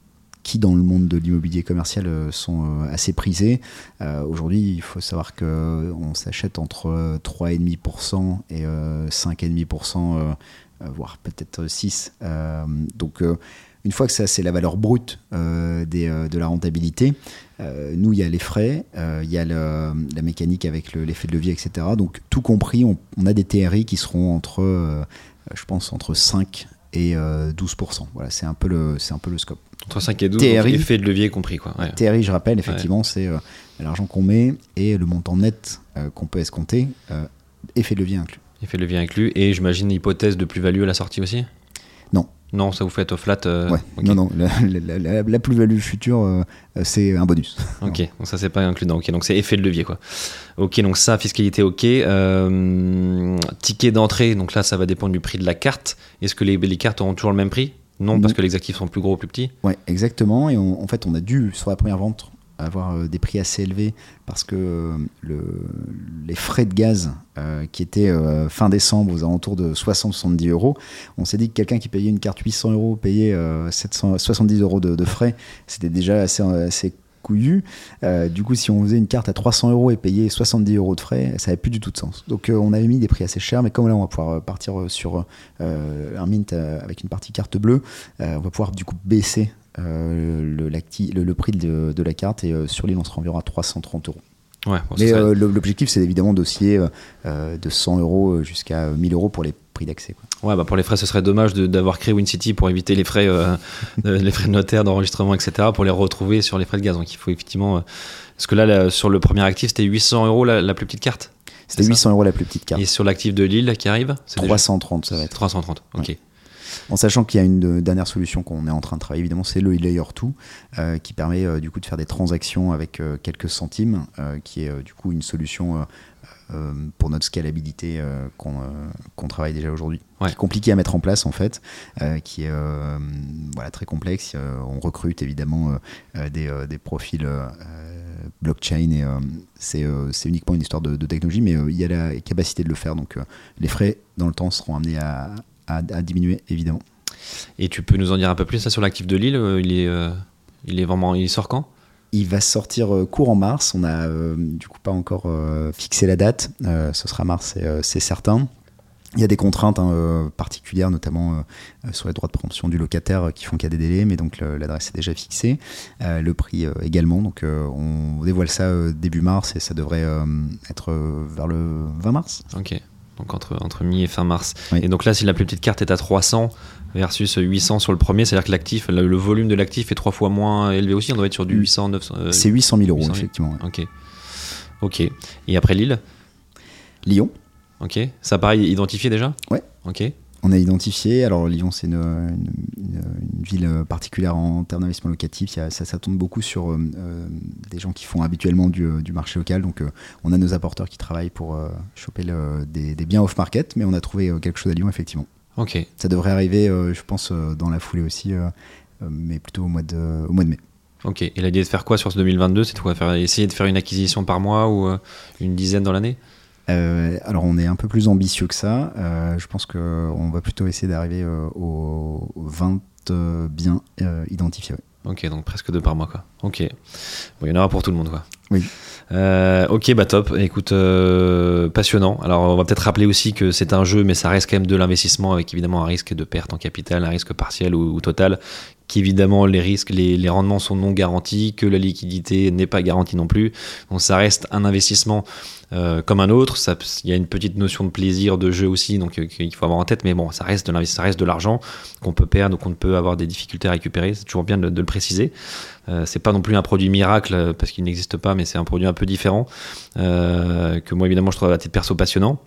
qui dans le monde de l'immobilier commercial euh, sont euh, assez prisés. Euh, aujourd'hui il faut savoir qu'on s'achète entre trois virgule cinq pour cent et euh, cinq virgule cinq pour cent, euh, voire peut-être six pour cent. Euh, donc euh, une fois que ça c'est la valeur brute euh, des, euh, de la rentabilité, euh, nous il y a les frais, euh, il y a le, la mécanique avec le, l'effet de levier, et cetera. Donc tout compris, on, on a des T R I qui seront entre, euh, je pense, entre cinq et euh, douze pour cent. Voilà, c'est un peu le, c'est un peu le scope. Entre cinq et douze, T R I, donc effet de levier compris, quoi. Ouais. T R I, je rappelle, effectivement, ouais. c'est euh, l'argent qu'on met et le montant net euh, qu'on peut escompter, euh, effet de levier inclus. Effet de levier inclus, et j'imagine hypothèse de plus-value à la sortie aussi ? Non. Non, ça vous fait au flat euh... ouais. Okay. Non, non, la, la, la, la plus-value future, euh, c'est un bonus. Ok, donc ça c'est pas inclus dedans. Ok, donc c'est effet de levier, quoi. Ok, donc ça, fiscalité, ok. Euh, ticket d'entrée, donc là ça va dépendre du prix de la carte. Est-ce que les, les cartes auront toujours le même prix ? Non, parce que les actifs sont plus gros ou plus petits ? Ouais, exactement. Et on, en fait, on a dû, sur la première vente, avoir euh, des prix assez élevés parce que euh, le, les frais de gaz euh, qui étaient euh, fin décembre aux alentours de soixante à soixante-dix euros, on s'est dit que quelqu'un qui payait une carte huit cents euros payait euh, sept cent soixante-dix euros de, de frais, c'était déjà assez, assez couillu. Euh, du coup, si on faisait une carte à trois cents euros et payer soixante-dix euros de frais, ça n'avait plus du tout de sens. Donc, euh, on avait mis des prix assez chers, mais comme là, on va pouvoir partir sur euh, un mint euh, avec une partie carte bleue, euh, on va pouvoir du coup baisser euh, le, le, le prix de, de la carte et euh, sur l'île, on sera environ à trois cent trente euros. Ouais, bon, mais ça... euh, l'objectif, c'est évidemment d'osciller euh, de cent euros jusqu'à mille euros pour les prix d'accès, quoi. Ouais, bah pour les frais, ce serait dommage de, d'avoir créé WinCity pour éviter les frais, euh, de, les frais de notaire, d'enregistrement, et cetera, pour les retrouver sur les frais de gaz. Donc il faut effectivement. Euh, parce que là, là, sur le premier actif, c'était huit cents euros la, la plus petite carte. C'était huit cents euros la plus petite carte. Et sur l'actif de Lille qui arrive, c'est trois cent trente, déjà... ça va être. trois cent trente, ok. Ouais. En sachant qu'il y a une dernière solution qu'on est en train de travailler, évidemment, c'est le Layer deux, euh, qui permet euh, du coup de faire des transactions avec euh, quelques centimes, euh, qui est euh, du coup une solution euh, euh, pour notre scalabilité euh, qu'on, euh, qu'on travaille déjà aujourd'hui. Ouais. Qui est compliqué à mettre en place en fait, euh, qui est euh, voilà, très complexe. Euh, on recrute évidemment euh, des, euh, des profils euh, blockchain et euh, c'est, euh, c'est uniquement une histoire de, de technologie, mais euh, il y a la capacité de le faire. Donc euh, les frais dans le temps seront amenés à À, à diminuer évidemment. Et tu peux nous en dire un peu plus ça, sur l'actif de Lille, euh, il, est, euh, il est vraiment, il sort quand ? Il va sortir euh, court en mars. On n'a euh, du coup pas encore euh, fixé la date. Euh, ce sera mars, c'est, euh, c'est certain. Il y a des contraintes hein, euh, particulières, notamment euh, sur les droits de préemption du locataire euh, qui font qu'il y a des délais, mais donc le, l'adresse est déjà fixée, euh, le prix euh, également. Donc euh, on dévoile ça euh, début mars et ça devrait euh, être euh, vers le vingt mars. Ok. Donc entre, entre mi et fin mars. Oui. Et donc là, si la plus petite carte est à trois cents versus huit cents sur le premier, c'est-à-dire que l'actif, le, le volume de l'actif est trois fois moins élevé aussi. On doit être sur du huit cents, neuf cents. Euh, c'est huit cent mille euros, huit cent mille. effectivement. Ouais. Ok. Ok. Et après Lille ? Lyon. Ok. Ça pareil, identifié déjà ? Ouais. Ok. On a identifié, alors Lyon c'est une, une, une, une ville particulière en termes d'investissement locatif, il y a, ça, ça tourne beaucoup sur euh, des gens qui font habituellement du, du marché local, donc euh, on a nos apporteurs qui travaillent pour euh, choper le, des, des biens off-market, mais on a trouvé euh, quelque chose à Lyon effectivement. Ok. Ça devrait arriver euh, je pense euh, dans la foulée aussi, euh, euh, mais plutôt au mois de, au mois de mai. Ok. Et l'idée de faire quoi sur ce deux mille vingt-deux ? C'est de quoi faire, essayer de faire une acquisition par mois ou euh, une dizaine dans l'année ? Euh, alors on est un peu plus ambitieux que ça. Euh, je pense qu'on va plutôt essayer d'arriver euh, aux vingt euh, biens euh, identifiés. Ouais. Ok, donc presque deux par mois, quoi. Ok. Bon, il y en aura pour tout le monde, quoi. Oui. Euh, ok, bah top. Écoute, euh, passionnant. Alors, on va peut-être rappeler aussi que c'est un jeu, mais ça reste quand même de l'investissement avec évidemment un risque de perte en capital, un risque partiel ou, ou total. Qu'évidemment, les risques, les, les rendements sont non garantis, que la liquidité n'est pas garantie non plus. Donc, ça reste un investissement euh, comme un autre. Il y a une petite notion de plaisir, de jeu aussi, donc euh, qu'il faut avoir en tête. Mais bon, ça reste de l'investissement, ça reste de l'argent qu'on peut perdre ou qu'on peut avoir des difficultés à récupérer. C'est toujours bien de, de le préciser. Euh, c'est pas non plus un produit miracle parce qu'il n'existe pas, mais c'est un produit un peu différent euh, que moi évidemment je trouve à titre perso passionnant.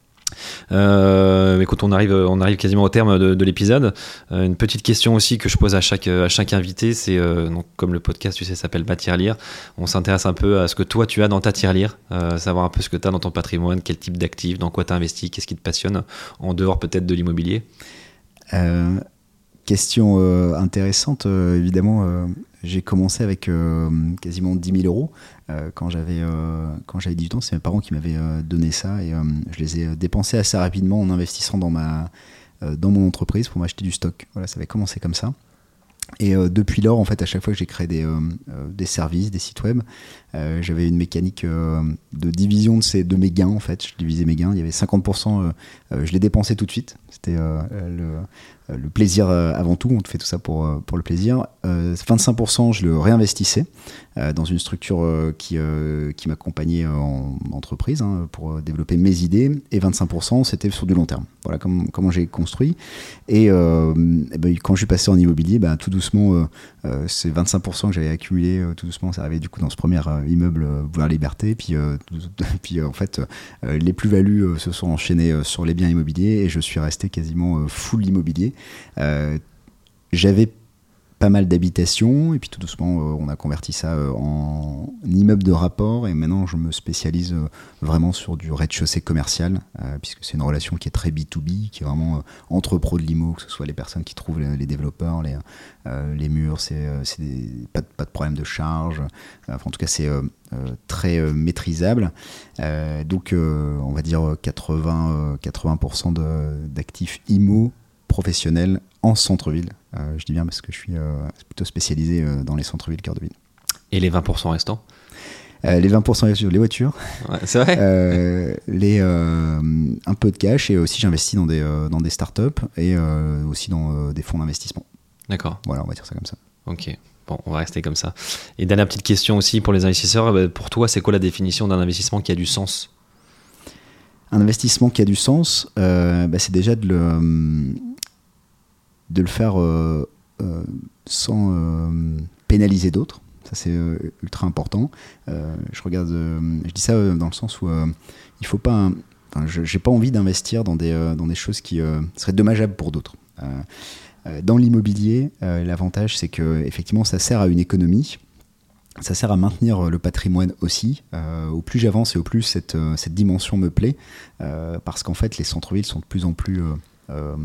Euh, écoute, on arrive, on arrive quasiment au terme de, de l'épisode. Euh, une petite question aussi que je pose à chaque, à chaque invité, c'est euh, donc, comme le podcast, tu sais, s'appelle Ma Tirelire. On s'intéresse un peu à ce que toi tu as dans ta tirelire, euh, savoir un peu ce que tu as dans ton patrimoine, quel type d'actifs, dans quoi tu as investi, qu'est-ce qui te passionne, en dehors peut-être de l'immobilier. Euh, question euh, intéressante, euh, évidemment. Euh, j'ai commencé avec euh, quasiment dix mille euros. Euh, quand j'avais euh, quand j'avais dix-huit ans, c'est mes parents qui m'avaient euh, donné ça et euh, je les ai dépensés assez rapidement en investissant dans ma euh, dans mon entreprise pour m'acheter du stock. Voilà, ça avait commencé comme ça. Et euh, depuis lors, en fait, à chaque fois que j'ai créé des euh, des services, des sites web, euh, j'avais une mécanique euh, de division de ces de mes gains. En fait, je divisais mes gains. Il y avait cinquante pour cent, euh, euh, je les dépensais tout de suite. C'était euh, le le plaisir avant tout, on fait tout ça pour, pour le plaisir. Euh, vingt-cinq pour cent, je le réinvestissais euh, dans une structure euh, qui, euh, qui m'accompagnait en entreprise hein, pour développer mes idées. Et vingt-cinq pour cent, c'était sur du long terme. Voilà comment, comment j'ai construit. Et, euh, et ben, quand je suis passé en immobilier, ben, tout doucement, euh, euh, ces vingt-cinq pour cent que j'avais accumulé, euh, tout doucement, ça arrivait du coup dans ce premier euh, immeuble euh, Boulevard Liberté. Puis, euh, puis euh, en fait, euh, les plus-values euh, se sont enchaînées euh, sur les biens immobiliers et je suis resté quasiment euh, full immobilier. Euh, j'avais pas mal d'habitations et puis tout doucement euh, on a converti ça euh, en immeuble de rapport et maintenant je me spécialise euh, vraiment sur du rez-de-chaussée commercial euh, puisque c'est une relation qui est très B deux B, qui est vraiment euh, entre pros de l'immo, que ce soit les personnes qui trouvent les, les développeurs, les, euh, les murs, c'est, euh, c'est des, pas, de, pas de problème de charge, enfin, en tout cas c'est euh, euh, très euh, maîtrisable euh, donc euh, on va dire quatre-vingts pour cent de, d'actifs immo professionnels en centre-ville. Euh, je dis bien parce que je suis euh, plutôt spécialisé euh, dans les centres-villes, cœur de ville. Et les vingt pour cent restants? Euh, les vingt pour cent sur les voitures, ouais, c'est vrai. euh, les, euh, un peu de cash, et aussi j'investis dans des, euh, dans des startups et euh, aussi dans euh, des fonds d'investissement. D'accord. Voilà, on va dire ça comme ça. Ok, bon, on va rester comme ça. Et dernière petite question aussi pour les investisseurs, pour toi, c'est quoi la définition d'un investissement qui a du sens? Un investissement qui a du sens, euh, bah, c'est déjà de le, de le faire euh, euh, sans euh, pénaliser d'autres. Ça, c'est euh, ultra important. Euh, je regarde, euh, je dis ça euh, dans le sens où euh, il faut pas. Enfin, je j'ai pas envie d'investir dans des euh, dans des choses qui euh, seraient dommageables pour d'autres. Euh, euh, dans l'immobilier, euh, l'avantage, c'est que effectivement, ça sert à une économie. Ça sert à maintenir le patrimoine aussi. Euh, au plus j'avance et au plus cette euh, cette dimension me plaît, euh, parce qu'en fait, les centres-villes sont de plus en plus euh, euh,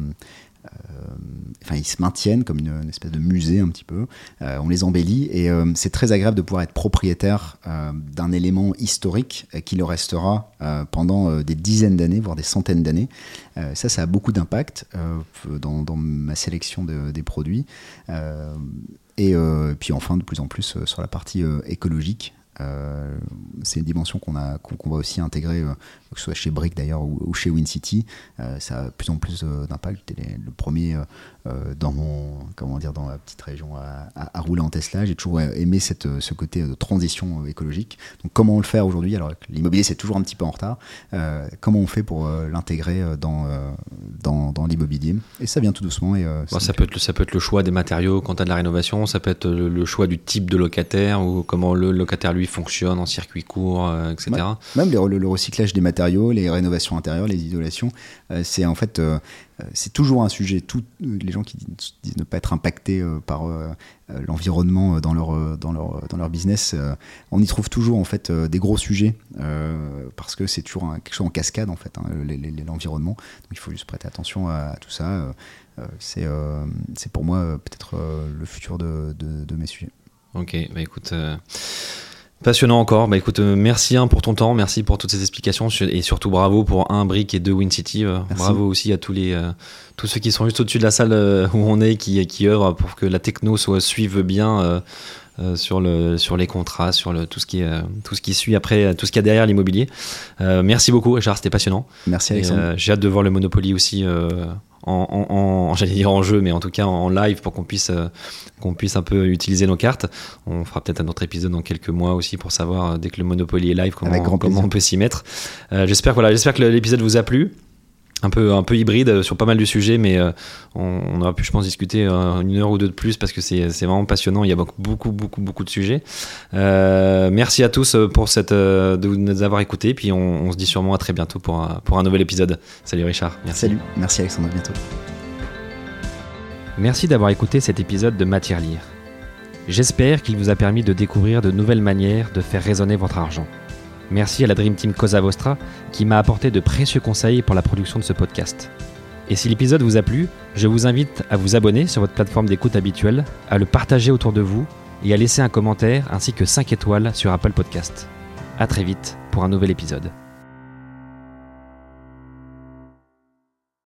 Euh, enfin, ils se maintiennent comme une, une espèce de musée un petit peu. Euh, on les embellit et euh, c'est très agréable de pouvoir être propriétaire euh, d'un élément historique euh, qui le restera euh, pendant euh, des dizaines d'années, voire des centaines d'années. Euh, ça, ça a beaucoup d'impact euh, dans, dans ma sélection de, des produits. Euh, et euh, puis enfin, de plus en plus euh, sur la partie euh, écologique. Euh, c'est une dimension qu'on, a, qu'on, qu'on va aussi intégrer, euh, que ce soit chez Brick d'ailleurs ou, ou chez WinCity. Euh, ça a de plus en plus euh, d'impact. J'étais les, le premier euh, dans mon, comment dire, dans la petite région à, à, à rouler en Tesla. J'ai toujours aimé cette, ce côté de transition écologique. Donc comment on le fait aujourd'hui? Alors l'immobilier, c'est toujours un petit peu en retard. Euh, comment on fait pour euh, l'intégrer dans, euh, dans, dans l'immobilier? Et ça vient tout doucement. Et, euh, bon, ça, peut être, ça peut être le choix des matériaux quand tu as de la rénovation, ça peut être le, le choix du type de locataire ou comment le locataire lui fonctionne en circuit court, euh, et cetera. Ouais, même le, le recyclage des matériaux, les rénovations intérieures, les isolations, euh, c'est en fait euh, c'est toujours un sujet. Tout, les gens qui disent, disent ne pas être impactés euh, par euh, l'environnement dans leur, dans leur, dans leur business, euh, on y trouve toujours en fait euh, des gros sujets euh, parce que c'est toujours un, quelque chose en cascade en fait, hein, les, les, l'environnement. Donc il faut juste prêter attention à, à tout ça. Euh, c'est, euh, c'est pour moi euh, peut-être euh, le futur de, de, de mes sujets. Ok, bah écoute. Euh... Passionnant encore. Bah écoute, euh, merci hein, pour ton temps, merci pour toutes ces explications et surtout bravo pour un Brick et deux WinCity. Euh, bravo aussi à tous les euh, tous ceux qui sont juste au-dessus de la salle euh, où on est, qui qui œuvrent pour que la techno soit suive bien euh, euh, sur le sur les contrats, sur le tout ce qui euh, tout ce qui suit après, tout ce qu'il y a derrière l'immobilier. Euh, merci beaucoup, Richard, c'était passionnant. Merci Alexandre. Et, euh, j'ai hâte de voir le Monopoly aussi. Euh, En, en, en, j'allais dire en jeu, mais en tout cas en live pour qu'on puisse, euh, qu'on puisse un peu utiliser nos cartes. On fera peut-être un autre épisode dans quelques mois aussi pour savoir, euh, dès que le Monopoly est live, comment, comment on peut s'y mettre. Euh, j'espère, voilà, j'espère que l'épisode vous a plu. Un peu, un peu hybride sur pas mal de sujets, mais euh, on, on aura pu, je pense, discuter euh, une heure ou deux de plus parce que c'est, c'est vraiment passionnant. Il y a beaucoup, beaucoup, beaucoup de sujets. Euh, merci à tous pour cette, euh, de nous avoir écoutés. Puis on, on se dit sûrement à très bientôt pour un, pour un nouvel épisode. Salut Richard. Merci. Salut. Merci Alexandre. À bientôt. Merci d'avoir écouté cet épisode de Matière Lire. J'espère qu'il vous a permis de découvrir de nouvelles manières de faire résonner votre argent. Merci à la Dream Team Cosa Vostra qui m'a apporté de précieux conseils pour la production de ce podcast. Et si l'épisode vous a plu, je vous invite à vous abonner sur votre plateforme d'écoute habituelle, à le partager autour de vous et à laisser un commentaire ainsi que cinq étoiles sur Apple Podcast. À très vite pour un nouvel épisode.